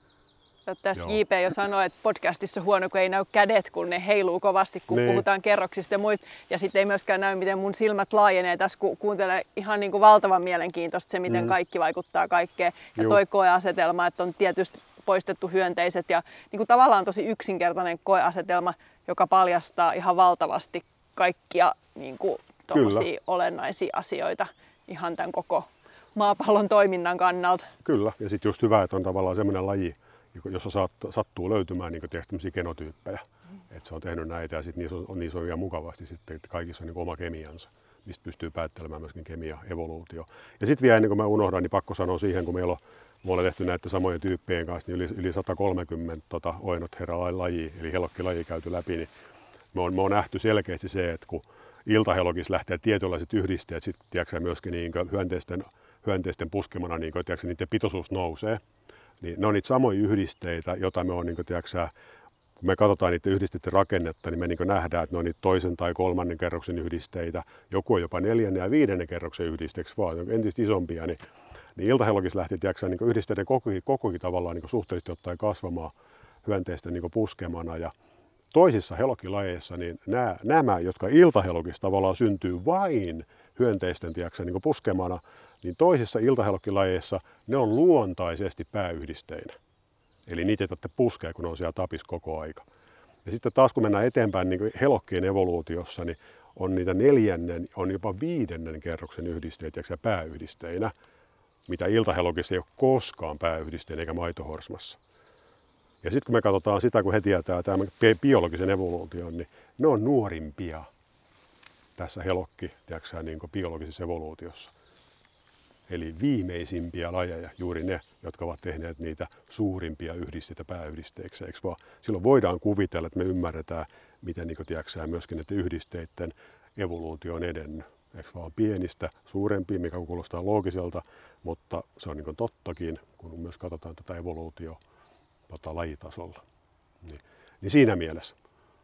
S1: Tässä JP jo sanoi, että podcastissa huono, kun ei näy kädet, kun ne heiluu kovasti, kun puhutaan kerroksista ja muista. Ja sitten ei myöskään näy, miten mun silmät laajenee tässä, kun kuuntelee ihan niin kuin valtavan mielenkiintoista se, miten kaikki vaikuttaa kaikkeen. Ja toi koeasetelma, että on tietysti poistettu hyönteiset ja niin kuin tavallaan tosi yksinkertainen koeasetelma, joka paljastaa ihan valtavasti kaikkia niin kuin olennaisia asioita ihan tämän koko maapallon toiminnan kannalta.
S2: Kyllä, ja sitten just hyvä, että on tavallaan semmoinen laji, jossa sattuu löytymään niin tämmöisiä genotyyppejä. Että se on tehnyt näitä ja sitten niissä on vielä mukavasti sitten, että kaikissa on niin oma kemiansa, mistä pystyy päättelemään myöskin kemia, evoluutio. Ja sitten vielä ennen kuin mä unohdan, niin pakko sanoa siihen, kun me ollaan tehty näiden samojen tyyppien kanssa, niin yli 130 oenot herra-lajia, eli helokkilaji käyty läpi, niin me on nähty selkeästi se, että kun iltahelokissa lähtee tietynlaiset yhdisteet, sitten myöskin niin hyönteisten puskemana, niin niiden pitoisuus nousee. Niin ne on niitä samoja yhdisteitä, joita me on, niin kun me katsotaan niiden yhdisteiden rakennetta, niin me niin nähdään, että ne on niitä toisen tai kolmannen kerroksen yhdisteitä. Joku on jopa 4. ja 5. kerroksen yhdisteeksi, vaan entistä isompia. Niin iltahelokissa lähti niin yhdisteiden kokokin tavallaan niin suhteellisesti ottaen kasvamaan hyönteisten niin puskemana. Ja toisissa helokkilajeissa niin nämä, jotka iltahelokissa tavallaan syntyy vain hyönteisten niin puskemana, niin toisissa iltahelokkilajeissa ne on luontaisesti pääyhdisteinä. Eli niitä ei tarvitse puskea, kun ne on siellä tapissa koko aika. Ja sitten taas kun mennään eteenpäin niin helokkien evoluutiossa, niin on niitä 4., on jopa 5. kerroksen yhdisteitä pääyhdisteinä, mitä iltahelokissa ei ole koskaan pääyhdisteinä eikä maitohorsmassa. Ja sitten kun me katsotaan sitä, kun he tietää tämän biologisen evoluution, niin ne on nuorimpia tässä niin biologisessa evoluutiossa. Eli viimeisimpiä lajeja, juuri ne, jotka ovat tehneet niitä suurimpia yhdisteitä pääyhdisteiksi. Silloin voidaan kuvitella, että me ymmärretään, miten myöskin näiden yhdisteiden evoluutio on edennyt. Pienistä suurempiin, mikä kuulostaa loogiselta, mutta se on tottakin, kun myös katsotaan tätä evoluutio lajitasolla. Niin siinä mielessä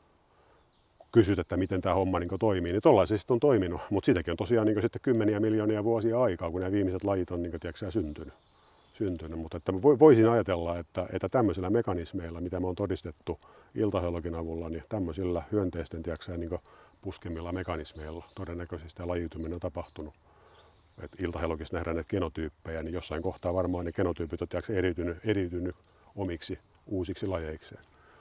S2: kysyt, että miten tämä homma toimii, niin tollaisesti se on toiminut, mutta siitäkin on tosiaan sitten kymmeniä miljoonia vuosia aikaa, kun nämä viimeiset lajit on syntynyt. Mutta että voisin ajatella, että tämmöisillä mekanismeilla, mitä me on todistettu iltahelogin avulla, niin tämmöisillä hyönteisten puskemilla mekanismeilla todennäköisesti tämä lajiutuminen on tapahtunut. Iltahelogissa nähdään näitä genotyyppejä, niin jossain kohtaa varmaan ne genotyypit on eriytynyt omiksi uusiksi lajeiksi.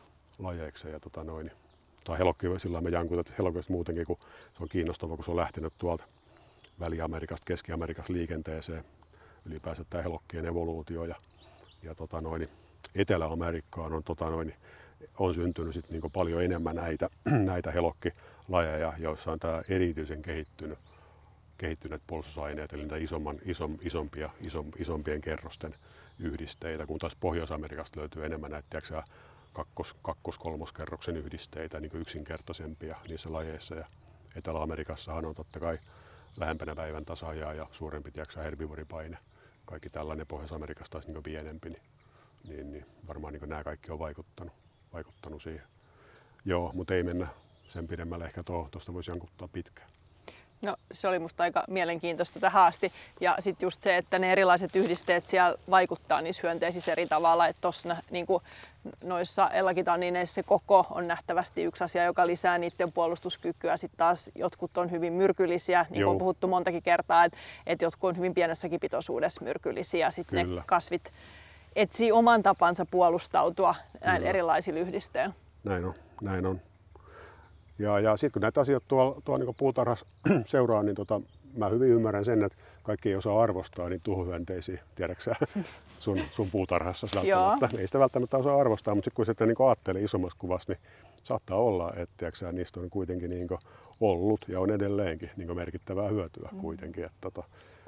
S2: Tai helokki, sillä me jankutaan helokista muutenkin, kun se on kiinnostavaa, kun se on lähtenyt tuolta Väli-Amerikasta, Keski-Amerikasta liikenteeseen. Ylipäänsä tämä helokkien evoluutio ja Etelä-Amerikkaan on syntynyt sit paljon enemmän näitä helokkilajeja, joissa on tämä erityisen kehittyneet puolustusaineet, eli näitä isompien kerrosten yhdisteitä, kun taas Pohjois-Amerikasta löytyy enemmän näitä kakkos-kolmoskerroksen yhdisteitä, niin yksinkertaisempia niissä lajeissa. Ja Etelä-Amerikassahan on totta kai lähempänä päivän tasaajaa ja suurempi herbivoripaine kaikki tällainen Pohjois-Amerikasta taas niin pienempi, niin varmaan niin nämä kaikki on vaikuttanut siihen. Joo, mutta ei mennä sen pidemmälle ehkä tuosta voisi jankuttaa pitkään.
S1: No se oli musta aika mielenkiintoista tähän asti. Ja sitten just se, että ne erilaiset yhdisteet siellä vaikuttaa niissä hyönteisissä eri tavalla. Että tuossa niin noissa ellakitannineissa se koko on nähtävästi yksi asia, joka lisää niiden puolustuskykyä. Sitten taas jotkut on hyvin myrkyllisiä, niin kuin on puhuttu montakin kertaa, että jotkut on hyvin pienessäkin pitoisuudessa myrkyllisiä. Sitten ne kasvit etsii oman tapansa puolustautua näillä erilaisilla yhdisteillä.
S2: Näin on. Ja sitten kun näitä asioita tuolla niin puutarhassa seuraa, niin mä hyvin ymmärrän sen, että kaikki ei osaa arvostaa niitä tuhohyönteisiä, tiedäksä, sun puutarhassa. Ei sitä välttämättä osaa arvostaa, mutta sitten kun sitten niin ajattelee isommassa kuvassa, niin saattaa olla, että tiedäksä, niistä on kuitenkin niin ollut ja on edelleenkin niin merkittävää hyötyä kuitenkin. Että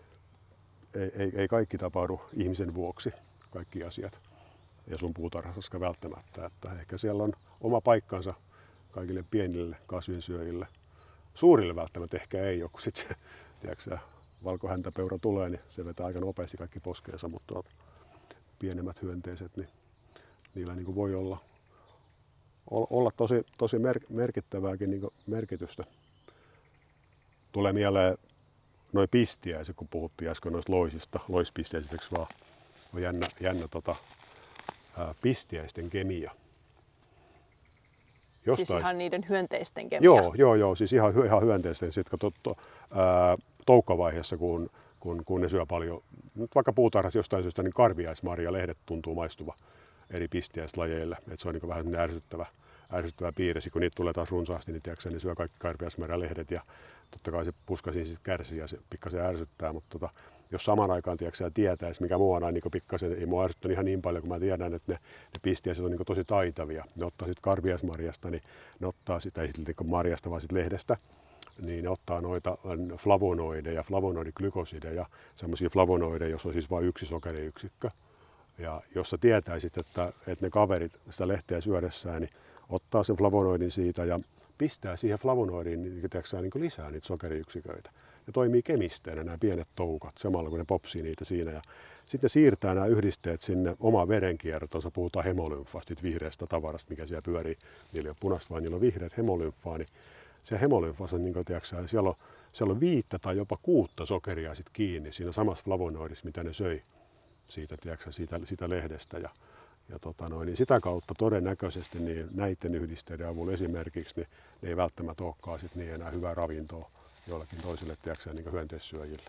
S2: ei kaikki tapahdu ihmisen vuoksi, kaikki asiat. Ja sun puutarhassa välttämättä. Että ehkä siellä on oma paikkansa kaikille pienille kasvinsyöjille. Suurille välttämättä ehkä ei ole, kun sitten se valkohäntäpeura tulee, niin se vetää aika nopeasti kaikki poskeensa, mutta pienemmät hyönteiset, niin niillä niin voi olla tosi merkittävääkin niin merkitystä. Tulee mieleen noi pistiäiset, kun puhuttiin äsken noista loispistiäisistä, vaan on jännä pistiäisten kemia.
S1: Siis ihan niiden hyönteisten kemia?
S2: Joo, siis ihan hyönteisten. Sitten toukkavaiheessa, kun ne syö paljon, nyt vaikka puutarhassa jostain syystä, niin karviaismarjalehdet tuntuu maistuva eri pistiäislajeille. Et se on niin vähän ärsyttävä piirre. Kun niitä tulee taas runsaasti, niin tiedätkö, ne syö kaikki karviaismarjalehdet ja totta kai se puska siinä sitten kärsii ja se pikkasen ärsyttää. Mutta jos samaan aikaan tietäisi, mikä mua on niin pikkasen, ei mua ärsyttänyt ihan niin paljon, kun mä tiedän, että ne pistiäiset on niin tosi taitavia. Ne ottaa sitten karviaismarjasta, niin ne ottaa sitä, ei sitten marjasta, vaan sitten lehdestä, niin ne ottaa noita flavonoideja, flavonoidiglykosideja, semmoisia flavonoideja, jossa on siis vain yksi sokeriyksikkö. Ja jos sä tietäisit, että ne kaverit sitä lehteä syödessään, niin ottaa sen flavonoidin siitä ja pistää siihen flavonoidiin niin lisää niitä sokeriyksiköitä. Ne toimii kemisteenä, nämä pienet toukat, samalla kun ne popsii niitä siinä. Ja sitten ne siirtää nämä yhdisteet sinne omaan verenkiertoonsa. Puhutaan hemolymfasta, vihreästä tavarasta, mikä siellä pyörii. Niillä ei ole punaista, vaan niillä on vihreät hemolymfaa. Niin se hemolymfas on, niin kuin, tiedätkö, siellä on 5 tai jopa 6 sokeria sit kiinni siinä samassa flavonoidissa, mitä ne söi siitä, tiedätkö, siitä lehdestä. Niin sitä kautta todennäköisesti niin näiden yhdisteiden avulla esimerkiksi niin ne ei välttämättä olekaan sit niin enää hyvää ravintoa joillekin toisille, tiedätkö, niin hyönteissyöjille,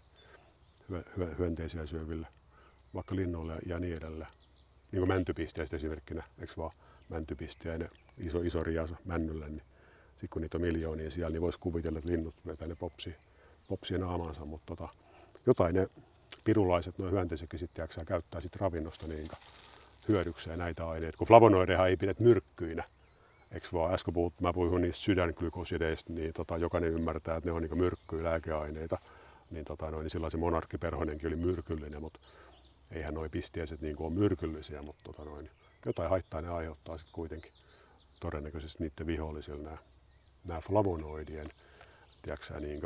S2: hyönteisiä syöville, vaikka linnuille ja niin edelleen. Niin kuin mäntypisteistä esimerkkinä, eikö vaan mäntypistiäinen, iso riasa männylle, niin sitten kun niitä on miljoonia siellä, niin voisi kuvitella, että linnut vetää ne popsii naamansa, mutta jotain ne pirulaiset, nuo hyönteisetkin sitten käyttää sit ravinnosta niin hyödykseen näitä aineita, kun flavonoideja ei pidetä myrkkyinä. Eikö vaan äsken mä puhuin niistä sydänglykosideista, niin jokainen ymmärtää, että ne on niin myrkkyjä lääkeaineita. Niin silloin se monarkkiperhonenkin oli myrkyllinen, mutta eihän nuo pistiäiset niin ole myrkyllisiä, mutta jotain haittaa ne aiheuttaa sitten kuitenkin todennäköisesti niiden vihollisilla nämä flavonoidien, tiedätkö, niin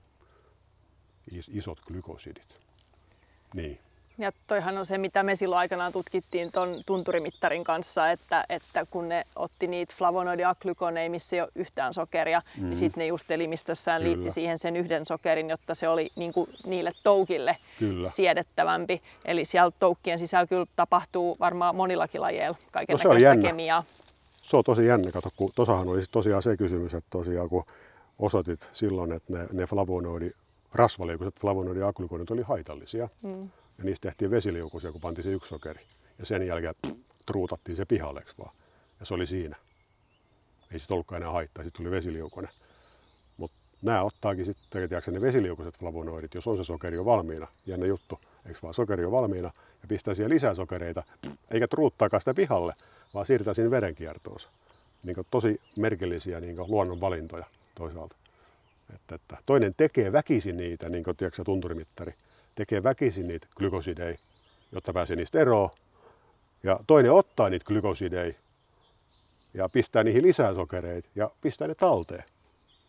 S2: isot glykosidit. Niin.
S1: Ja toihan on se, mitä me silloin aikanaan tutkittiin ton tunturimittarin kanssa, että kun ne otti niitä flavonoidiaglykoneja, missä ei ole yhtään sokeria, niin sitten ne just elimistössään liitti siihen sen yhden sokerin, jotta se oli niinku niille toukille siedettävämpi. Eli siellä toukkien sisällä kyllä tapahtuu varmaan monillakin lajeilla kaikennäköistä kemiaa.
S2: Se on tosi jännä, kato, kun tuossahan oli tosiaan se kysymys, että tosiaan kun osoitit silloin, että ne rasvaliukuiset flavonoidiaglykonit oli haitallisia. Ja niistä tehtiin vesiliukuisia, kun pantiin se yksi sokeri. Ja sen jälkeen truutattiin se pihalle, vaan. Ja se oli siinä. Ei sitten ollutkaan enää haittaa, sitten tuli vesiliukonen. Mutta nämä ottaakin sitten, tiedätkö, ne vesiliukuiset flavonoidit, jos on se sokeri jo valmiina. Jännä juttu, eikö vaan, sokeri jo valmiina. Ja pistää siihen lisää sokereita, eikä truuttaakaan sitä pihalle, vaan siirtää sinne verenkiertoonsa. Niin tosi merkillisiä niin luonnon valintoja toisaalta. Että toinen tekee väkisin niitä, niin kuin tiedätkö, tunturimittari. Tekee väkisin niitä glykosideja, jotta pääsee niistä eroon. Ja toinen ottaa niitä glykosideja ja pistää niihin lisää sokereita ja pistää ne talteen.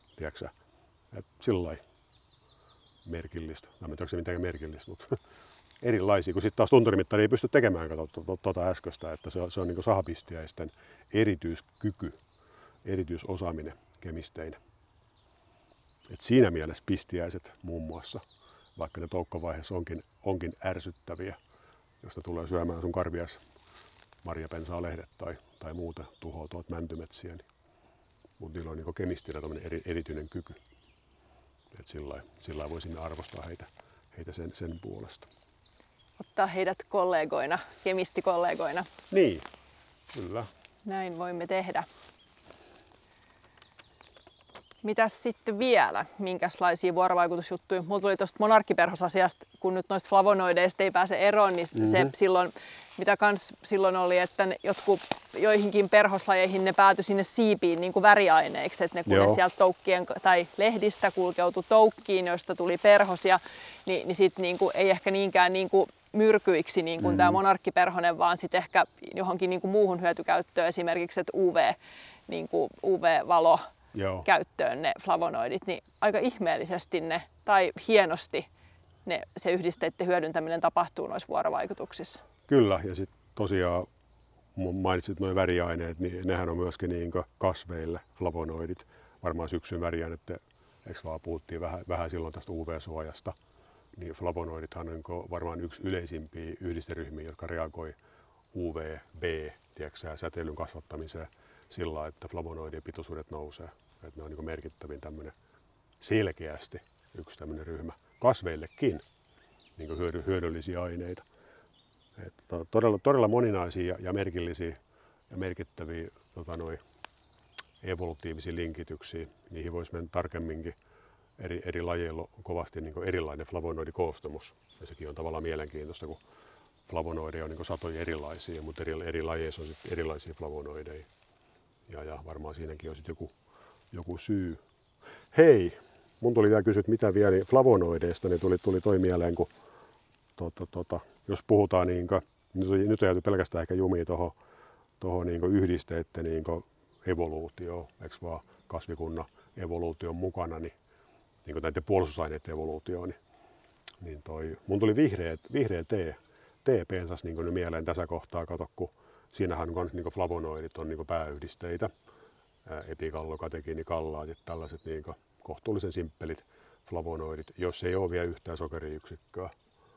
S2: Tiedätkö? Sillä lailla merkillistä. Mä en tiedä, mitenkään merkillistä, mutta erilaisia, kun sitten taas tunturimittari ei pysty tekemään tuota äskeistä, että se on niin kuin sahapistiäisten erityiskyky, erityisosaaminen kemisteinä. Et siinä mielessä pistiäiset muun muassa, vaikka ne toukkovaiheessa onkin ärsyttäviä, josta tulee syömään sun karvias marjapensaa lehdet tai muuta tuhoutuvat mäntymetsiä, niin, mutta niillä on niin kemistinä erityinen kyky. Et sillä voisimme arvostaa heitä sen puolesta.
S1: Ottaa heidät kollegoina, kemistikollegoina.
S2: Niin, kyllä.
S1: Näin voimme tehdä. Mitäs sitten vielä? Minkälaisia vuorovaikutusjuttuja? Mulla tuli tuosta monarkkiperhosasiasta, kun nyt noista flavonoideista ei pääse eroon, niin se silloin, mitä kans silloin oli, että joihinkin perhoslajeihin ne päätyi sinne siipiin niin kuin väriaineiksi, että kun ne sieltä toukkien tai lehdistä kulkeutui toukkiin, joista tuli perhosia, niin sit niin kuin, ei ehkä niinkään niin kuin myrkyiksi niin kuin tämä monarkkiperhonen, vaan sitten ehkä johonkin niin kuin muuhun hyötykäyttöön, esimerkiksi että UV-valo käyttöön ne flavonoidit, niin aika ihmeellisesti tai hienosti se yhdisteiden hyödyntäminen tapahtuu noissa vuorovaikutuksissa.
S2: Kyllä, ja sitten tosiaan mainitsit nuo väriaineet, niin nehän on myöskin niin kasveille flavonoidit. Varmaan syksyn väriaineet, eikö vaan puhuttiin vähän silloin tästä UV-suojasta, niin flavonoidithan on varmaan yksi yleisimpiä yhdisteryhmiä, jotka reagoi UVB, säteilyn kasvattamiseen sillä, että flavonoidien pitoisuudet nousee. Että ne on niin merkittävin tämmöinen selkeästi yksi tämmöinen ryhmä kasveillekin niin hyödyllisiä aineita. Että todella moninaisia ja merkillisiä ja merkittäviä evolutiivisia linkityksiä. Niihin voisi mennä tarkemminkin. Eri lajeilla on kovasti niin erilainen flavonoidikoostumus. Ja sekin on tavallaan mielenkiintoista, kun flavonoideja on niin satoja erilaisia, mutta eri lajeissa on sitten erilaisia flavonoideja. Ja varmaan siinäkin on sitten joku syy. Hei, mun tuli vielä kysyä, mitä vielä niin flavonoideista, niin tuli toi mieleen, kun jos puhutaan, niin kuin, nyt on jääty pelkästään ehkä jumiin tuohon niin yhdisteiden niin evoluutioon, eikö vaan kasvikunnan evoluution mukana, niin näiden puolustusaineiden evoluutioon, niin mun tuli vihreä T-pensas niin mieleen tässä kohtaa, kato, kun siinähän on niin flavonoidit on niin pääyhdisteitä, epikallokateki, kallaatit, tällaiset niin kohtuullisen simppelit flavonoidit, jos ei ole vielä yhtään sokeriyksikköä.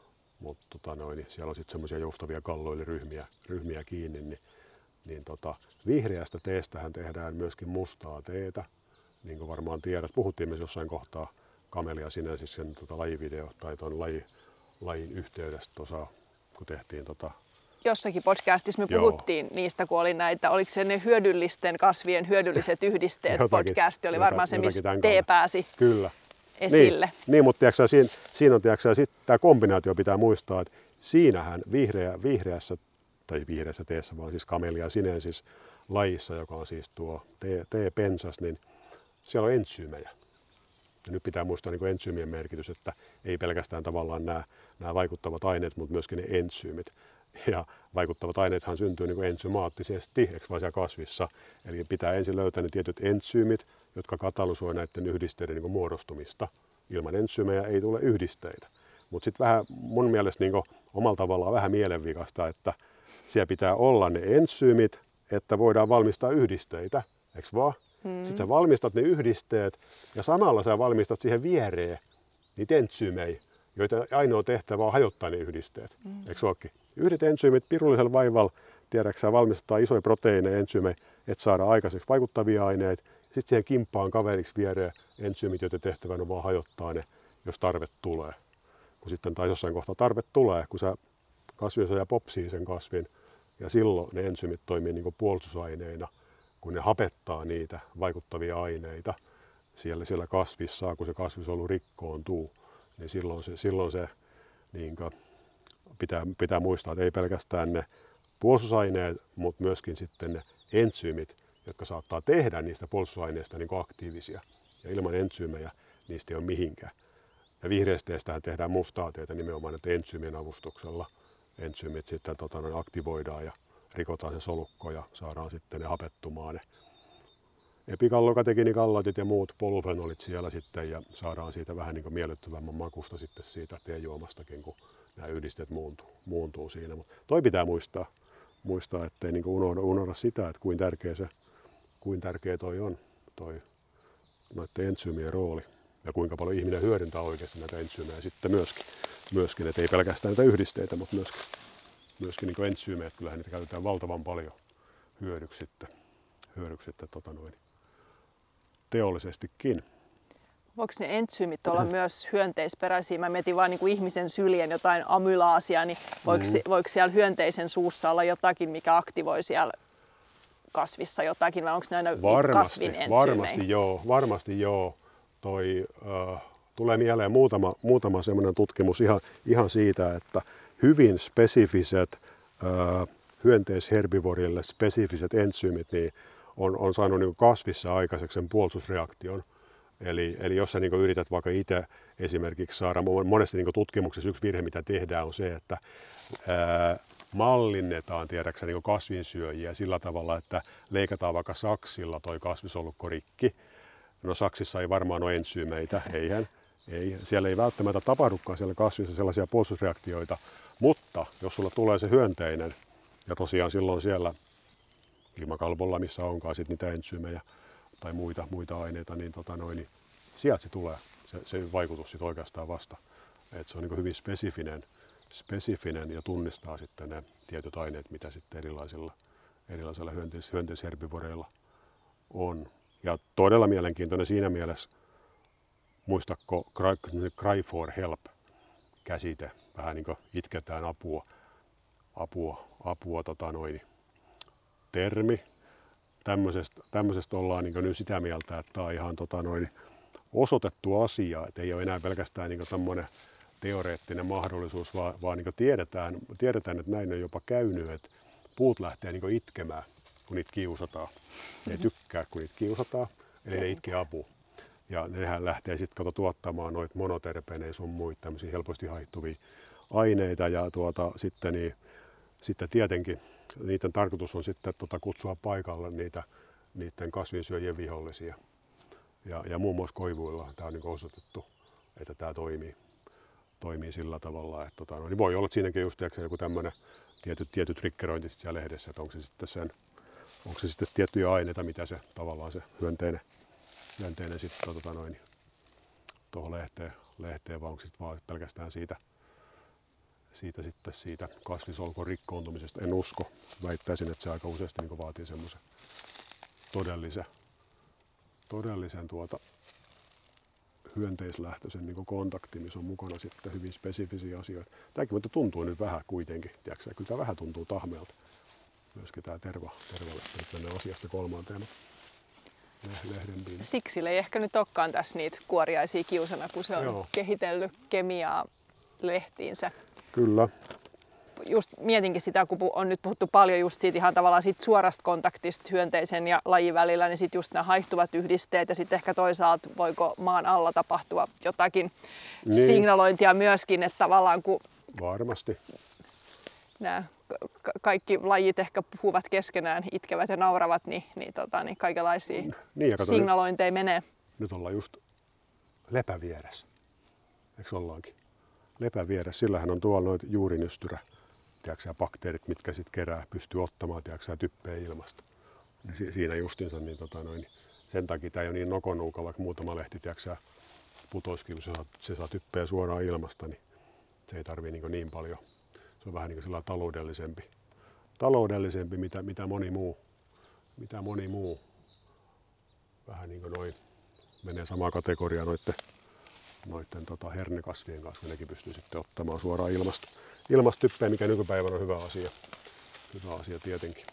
S2: Mutta niin siellä on sitten semmoisia joustavia kalloiliryhmiä kiinni, niin vihreästä teestähän tehdään myöskin mustaa teetä, niin kuin varmaan tiedät. Puhuttiin myös jossain kohtaa Kamelia sinänsä sen lajivideo tai tuon lajin yhteydestä tuossa, kun tehtiin
S1: jossakin podcastissa me puhuttiin niistä, kun oli näitä, oliko se ne hyödyllisten kasvien hyödylliset yhdisteet podcast, oli varmaan se, missä T pääsi
S2: Kyllä.
S1: esille.
S2: Niin, mutta siinä on sitten tämä kombinaatio pitää muistaa, että siinähän vihreässä teessä, vaan siis Camellia sinensis lajissa, joka on siis tuo T-pensas, niin siellä on entsyymejä. Ja nyt pitää muistaa niin entsyymien merkitys, että ei pelkästään tavallaan nämä vaikuttavat aineet, mutta myöskin ne entsyymit. Ja vaikuttavat aineethan syntyy niin entsymaattisesti, eikö vaan siellä kasvissa. Eli pitää ensin löytää ne tietyt entsyymit, jotka katalysoivat näiden yhdisteiden niin muodostumista. Ilman entsyymejä ei tule yhdisteitä. Mutta sitten vähän mun mielestä niin omalla tavallaan vähän mielenvikasta, että siellä pitää olla ne entsyymit, että voidaan valmistaa yhdisteitä, eikö vaan? Sitten sä valmistat ne yhdisteet ja samalla sä valmistat siihen viereen niitä entsyymejä, joita ainoa tehtävä on hajottaa ne yhdisteet, eikö ookin? Yhdet entsyymit pirullisella vaivalla, tiedäksä, valmistetaan isoja proteiineja, entsyymejä, että saada aikaiseksi vaikuttavia aineita. Sitten siihen kimppaan kaveriksi viereen entsyymit, joiden tehtävänä on vaan hajottaa ne, jos tarve tulee. Kun sitten taas jossain kohtaa tarve tulee, kun sä kasviosa popsii sen kasvin, ja silloin ne entsyymit toimii niin kuin puolustusaineina, kun ne hapettaa niitä vaikuttavia aineita siellä kasvissa, kun se kasvisolu rikkoontuu, niin silloin se niin kuin pitää muistaa, että ei pelkästään ne puolustusaineet, mutta myöskin sitten ne entsyymit, jotka saattaa tehdä niistä puolustusaineista niin kuin aktiivisia. Ja ilman entsyymejä niistä ei ole mihinkään. Ja vihreästeestähän tehdään mustaa teetä nimenomaan että entsyymien avustuksella. Entsyymit sitten aktivoidaan ja rikotaan se solukko ja saadaan sitten ne hapettumaan ne epikallokateki, ja muut polufenolit siellä sitten ja saadaan siitä vähän niin kuin miellyttävämmän makusta sitten siitä teejuomastakin, kun nämä yhdisteet muuntuu siinä. Mutta toi pitää muistaa ettei niin unohda sitä, että kuin tärkeä toi on, noiden entsyymien rooli. Ja kuinka paljon ihminen hyödyntää oikeasti näitä entsyymejä sitten myöskin, että ei pelkästään näitä yhdisteitä, mutta myöskin niin entsyymejä, että kyllähän niitä käytetään valtavan paljon hyödyksi sitten teollisestikin.
S1: Voiko ne entsyymit olla myös hyönteisperäisiä? Mä mietin vaan niin kuin ihmisen syljen jotain amylaasia, niin voiko siellä hyönteisen suussa olla jotakin, mikä aktivoi siellä kasvissa jotakin, vai onko ne aina kasvin entsyymejä?
S2: Varmasti joo. Tulee mieleen muutama semmoinen tutkimus ihan siitä, että hyvin spesifiset hyönteisherbivorille spesifiset entsyymit niin on saanut niin kasvissa aikaiseksi sen puolustusreaktion. Eli jos sä niin yrität vaikka itse esimerkiksi saada, monesti niin tutkimuksessa yksi virhe mitä tehdään on se, että mallinnetaan tiedäksä niin kasvinsyöjiä sillä tavalla, että leikataan vaikka saksilla toi kasvisolukko rikki. No saksissa ei varmaan ole entsyymeitä, ei. Siellä ei välttämättä tapahdukaan siellä kasvissa sellaisia puolustusreaktioita, mutta jos sulla tulee se hyönteinen ja tosiaan silloin siellä ilmakalvolla, missä onkaan sit niitä entsyymejä tai muita aineita, niin sieltä se tulee se vaikutus sit oikeastaan vasta. Et se on niin hyvin spesifinen ja tunnistaa sitten ne tietyt aineet, mitä sitten erilaisilla hyönteisherbivoreilla on. Ja todella mielenkiintoinen siinä mielessä, muistatko cry for help -käsite, vähän niin kuin itketään apua termi. Tämmöisestä ollaan niin nyt sitä mieltä, että tämä on ihan osoitettu asia, että ei ole enää pelkästään niin tämmöinen teoreettinen mahdollisuus, vaan niin tiedetään, että näin on jopa käynyt, että puut lähtee niin itkemään, kun niitä kiusataan. Ne ei tykkää, kun niitä kiusataan, eli ne itkee apua. Ja nehän lähtee sitten tuottamaan noita monoterpeenejä sun muita tämmöisiä helposti haihtuvia aineita. Ja sitten tietenkin niiden tarkoitus on sitten kutsua paikalle niiden kasvinsyöjien vihollisia. Ja muun muassa koivuilla tämä on niin osoitettu, että tämä toimii sillä tavalla, että niin voi olla, että siinäkin just joku tämmöinen tietty triggerointi siellä lehdessä, että onko se sitten tiettyjä aineita, mitä se tavallaan se hyönteinen sitten tuohon lehteen, vai onko se vaan pelkästään siitä kasvisolkon rikkoontumisesta. En usko. Väittäisin, että se aika useasti niin vaatii semmoisen todellisen hyönteislähtöisen niin kontakti, missä on mukana sitten hyvin spesifisiä asioita. Tämäkin mutta tuntuu nyt vähän kuitenkin. Tiedätkö? Kyllä tämä vähän tuntuu tahmeelta. Myöskin tämä tervalle. Nyt mennään asiasta kolmanteen lehden pintaan.
S1: Siksi ei ehkä nyt olekaan tässä niitä kuoriaisia kiusana, kun se on kehitellyt kemiaa lehtiinsä.
S2: Kyllä.
S1: Just mietinkin sitä, kun on nyt puhuttu paljon just siitä ihan tavallaan siitä suorasta kontaktista hyönteisen ja lajin välillä, niin sitten just nämä haihtuvat yhdisteet ja sitten ehkä toisaalta voiko maan alla tapahtua jotakin signalointia myöskin, että tavallaan kun
S2: varmasti
S1: nämä kaikki lajit ehkä puhuvat keskenään, itkevät ja nauravat, niin kaikenlaisia signalointeja menee.
S2: Nyt ollaan just lepävieressä, eikö ollaankin? Lepävieressä, sillähän on tuolla noita juurinystyrä, bakteerit, mitkä sitten pystyy ottamaan typpeä ilmasta. Siinä justiinsa, sen takia tämä ei ole niin nokonuuka, vaikka muutama lehti putoisikin, kun se saa typpeä suoraan ilmasta, niin se ei tarvitse niin paljon. Se on vähän niin kuin taloudellisempi mitä moni muu. Vähän niin kuin menee samaa kategoriaa noiden hernekasvien kanssa, kun nekin pystyy sitten ottamaan suoraan ilmastyppeä, mikä nykypäivänä on hyvä asia tietenkin.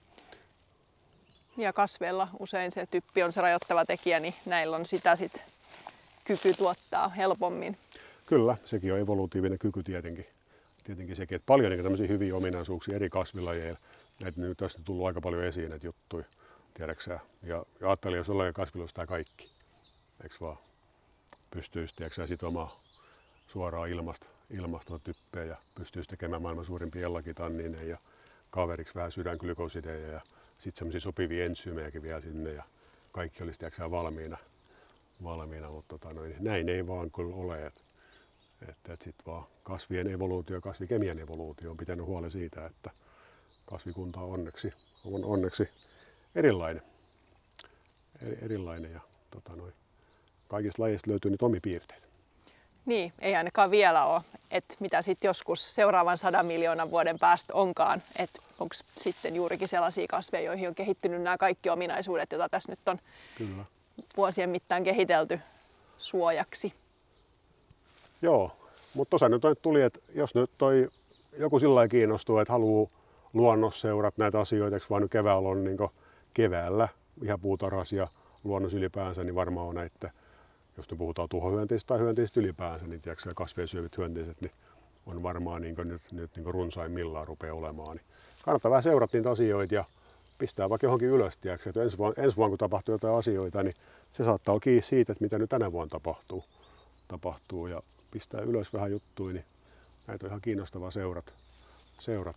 S1: Ja kasveilla usein se typpi on se rajoittava tekijä, niin näillä on sitä sit kyky tuottaa helpommin.
S2: Kyllä, sekin on evolutiivinen kyky tietenkin sekin, että paljon tämmöisiä hyviä ominaisuuksia eri kasvilajeilla. Näitä nyt tässä on tullut aika paljon esiin näitä juttuja, tiedäksä. Ja ajattelin, jos jollain kasvilla sitä kaikki, eikö vaan? Pystyisi sitomaan suoraan ilmasta typpeä ja pystyisi tekemään maailman suurimpia ellakitannineja ja kaveriksi vähän sydänglykosideja ja sitten semmoisia sopivia entsyymejäkin vielä sinne ja kaikki olisi valmiina, mutta näin ei vaan kyllä ole. Sitten vaan kasvien evoluutio ja kasvikemian evoluutio on pitänyt huoli siitä, että kasvikunta on onneksi erilainen. Erilainen ja kaikista lajeista löytyy niitä omia piirteitä.
S1: Niin, ei ainakaan vielä ole, että mitä sitten joskus seuraavan 100 miljoonan vuoden päästä onkaan, että onko sitten juurikin sellaisia kasveja, joihin on kehittynyt nämä kaikki ominaisuudet, joita tässä nyt on
S2: Kyllä.
S1: vuosien mittaan kehitelty suojaksi.
S2: Joo, mutta tuossa nyt tuli, että jos nyt joku sillä lailla kiinnostuu, että haluaa luonnosseurat näitä asioita, eikö vaan nyt keväällä on niin keväällä ihan puutarhas ja luonnos ylipäänsä, niin varmaan on näitä, jos nyt puhutaan tuhohyönteistä tai hyönteistä ylipäänsä, niin tiedätkö, kasveja syövät hyönteiset, niin on varmaan nyt runsaimmillaan rupeaa olemaan. Niin kannattaa vähän seurata niitä asioita ja pistää vaikka johonkin ylös, tiedätkö, että ensi vuonna kun tapahtuu jotain asioita, niin se saattaa olla kiinni siitä, että mitä nyt tänä vuonna tapahtuu ja pistää ylös vähän juttuja, niin näitä on ihan kiinnostavaa seurat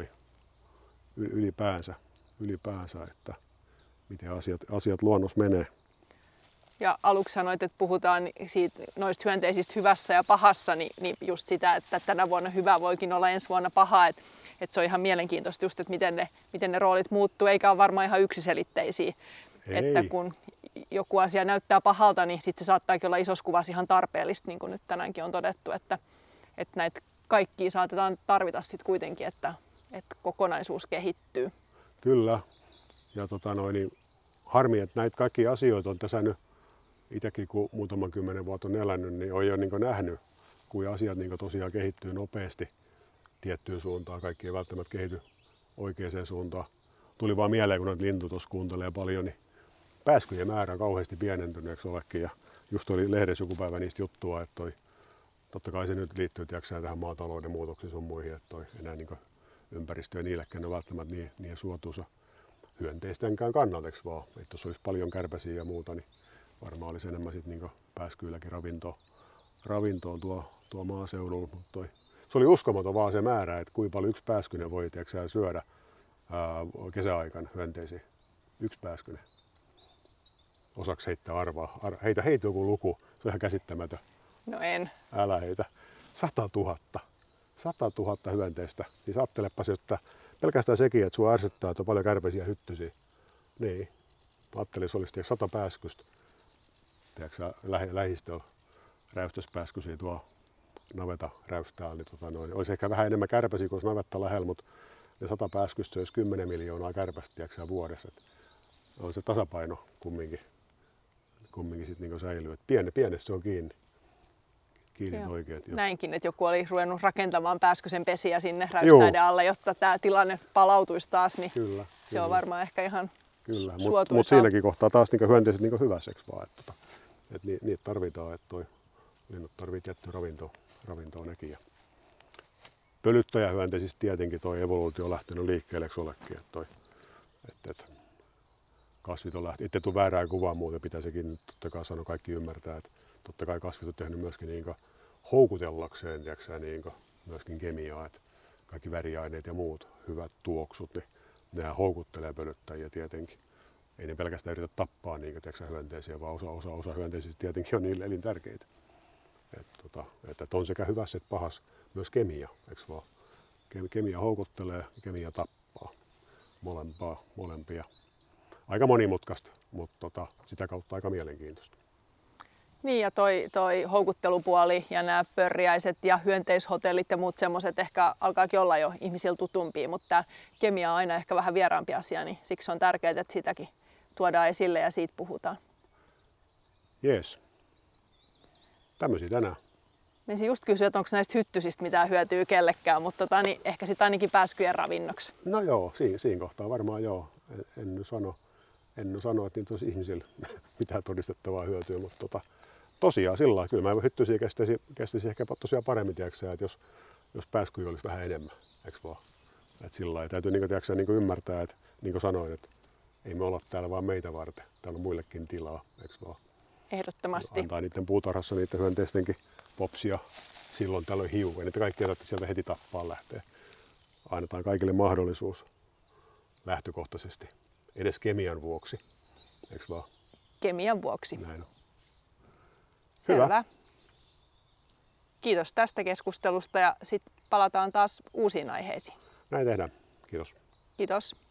S2: ylipäänsä, että miten asiat luonnossa menee.
S1: Ja aluksi sanoit, että puhutaan noista hyönteisistä hyvässä ja pahassa, niin just sitä, että tänä vuonna hyvä voikin olla ensi vuonna paha, että se on ihan mielenkiintoista just, että miten ne roolit muuttuu, eikä ole varmaan ihan yksiselitteisiä.
S2: Ei.
S1: Että kun joku asia näyttää pahalta, niin sitten se saattaakin olla isossa kuvassa ihan tarpeellista, niin kuin nyt tänäänkin on todettu, että näitä kaikkia saatetaan tarvita sitten kuitenkin, että kokonaisuus kehittyy.
S2: Kyllä. Ja harmi, että näitä kaikkia asioita on tässä nyt itsekin, kun muutaman 10 vuotta on elänyt, niin on jo nähnyt, kun asiat tosiaan kehittyy nopeasti tiettyyn suuntaan. Kaikki ei välttämättä kehity oikeaan suuntaan. Tuli vaan mieleen, kun näitä lintu tuossa kuuntelee paljon, niin pääskyjen määrä on kauheasti pienentyneeksi olekin. Ja just oli lehdessä joku päivä niistä juttua, että totta kai se nyt liittyy tähän maatalouden muutoksiin sun muihin, että enää ympäristö ja niillekään on välttämättä niin suotuisa hyönteistenkään kannalta, vaan. Että jos olisi paljon kärpäsiä ja muuta, niin varmaan olisi enemmän pääskyilläkin ravintoa tuo maaseudulla. Mutta se oli uskomaton vaan se määrä, että kuinka paljon yksi pääskynen voi syödä kesäaikana hyönteisiä. Yksi pääskynen. Osaksi heittää arvaa. Heitä joku luku, se on ihan käsittämätön.
S1: No en.
S2: Älä heitä. 100 000. 100 000 hyönteistä. Niin ajattelepas, että pelkästään sekin, että sua ärsyttää, että on paljon kärpäisiä hyttysiä. Niin. Ajattelin, että olisi 100 pääskystä. Lähistöllä räystäspääskysiä tuo naveta räystää. Niin olisi ehkä vähän enemmän kärpäisiä kuin navetta lähellä, mutta ne 100 pääskystä olisi 10 miljoonaa kärpästä vuodessa. Et on se tasapaino kumminkin sit säilyy. Et pienessä se on kiinni oikein.
S1: Näinkin, että joku oli ruvennut rakentamaan pääskysen pesiä sinne räystäiden alle, jotta tämä tilanne palautuisi taas, niin
S2: kyllä,
S1: se on varmaan ehkä ihan
S2: suotuisaa. Mutta siinäkin kohtaa taas hyönteiset hyväiseksi vaan, että niitä tarvitaan, että linnut tarvitsee tiettyä ravintoa nekin. Ja pölyttäjähyönteisistä tietenkin tuo evoluutio on lähtenyt liikkeelle olekin, että kasvit on lähtenyt. Ettei tule väärää kuvaa muuten, pitäisikin totta kai sanoa, kaikki ymmärtää, että totta kai kasvit on tehnyt myöskin houkutellakseen myöskin kemiaa, että kaikki väriaineet ja muut hyvät tuoksut, niin nehän houkuttelee pölyttäjiä tietenkin. Ei ne pelkästään yritä tappaa hyönteisiä, vaan osa hyönteisistä tietenkin on niille elintärkeitä. Että on sekä hyvässä että pahassa myös kemia, eikö vaan? Kemia houkuttelee ja kemia tappaa molempia. Aika monimutkaista, mutta sitä kautta aika mielenkiintoista.
S1: Niin ja toi houkuttelupuoli ja nämä pörriäiset ja hyönteishotellit ja muut semmoiset ehkä alkaakin olla jo ihmisillä tutumpia, mutta tämä kemia on aina ehkä vähän vieraampi asia, niin siksi on tärkeää, että sitäkin tuodaan esille ja siitä puhutaan.
S2: Jees. Tämmöisiä tänään.
S1: Menisin just kysyä, että onko näistä hyttysistä mitään hyötyä kellekään, mutta niin ehkä sitä ainakin pääskyjen ravinnoksi.
S2: No joo, siinä kohtaa varmaan joo. En nyt sano, että niitä olisi ihmisillä mitään todistettavaa hyötyä, mutta tosiaan sillä lailla, kyllä mä hyttysiä kestäisi ehkä tosiaan paremmin, tiedätkö, että jos pääskyjä olisi vähän enemmän, eikö vaan? Että sillä lailla täytyy ymmärtää, että niin kuin sanoin, että ei me olla täällä vaan meitä varten, täällä on muillekin tilaa, eikö vaan?
S1: Ehdottomasti.
S2: Antaa niiden puutarhassa niiden hyönteistenkin popsia silloin tällöin hiukan, niitä kaikki tarvitsee sieltä heti tappaa lähteä. Annetaan kaikille mahdollisuus lähtökohtaisesti, edes kemian vuoksi, eikö vaan?
S1: Kemian vuoksi.
S2: Näin on.
S1: Selvä.
S2: Hyvä.
S1: Kiitos tästä keskustelusta ja sitten palataan taas uusiin aiheisiin.
S2: Näin tehdään. Kiitos.
S1: Kiitos.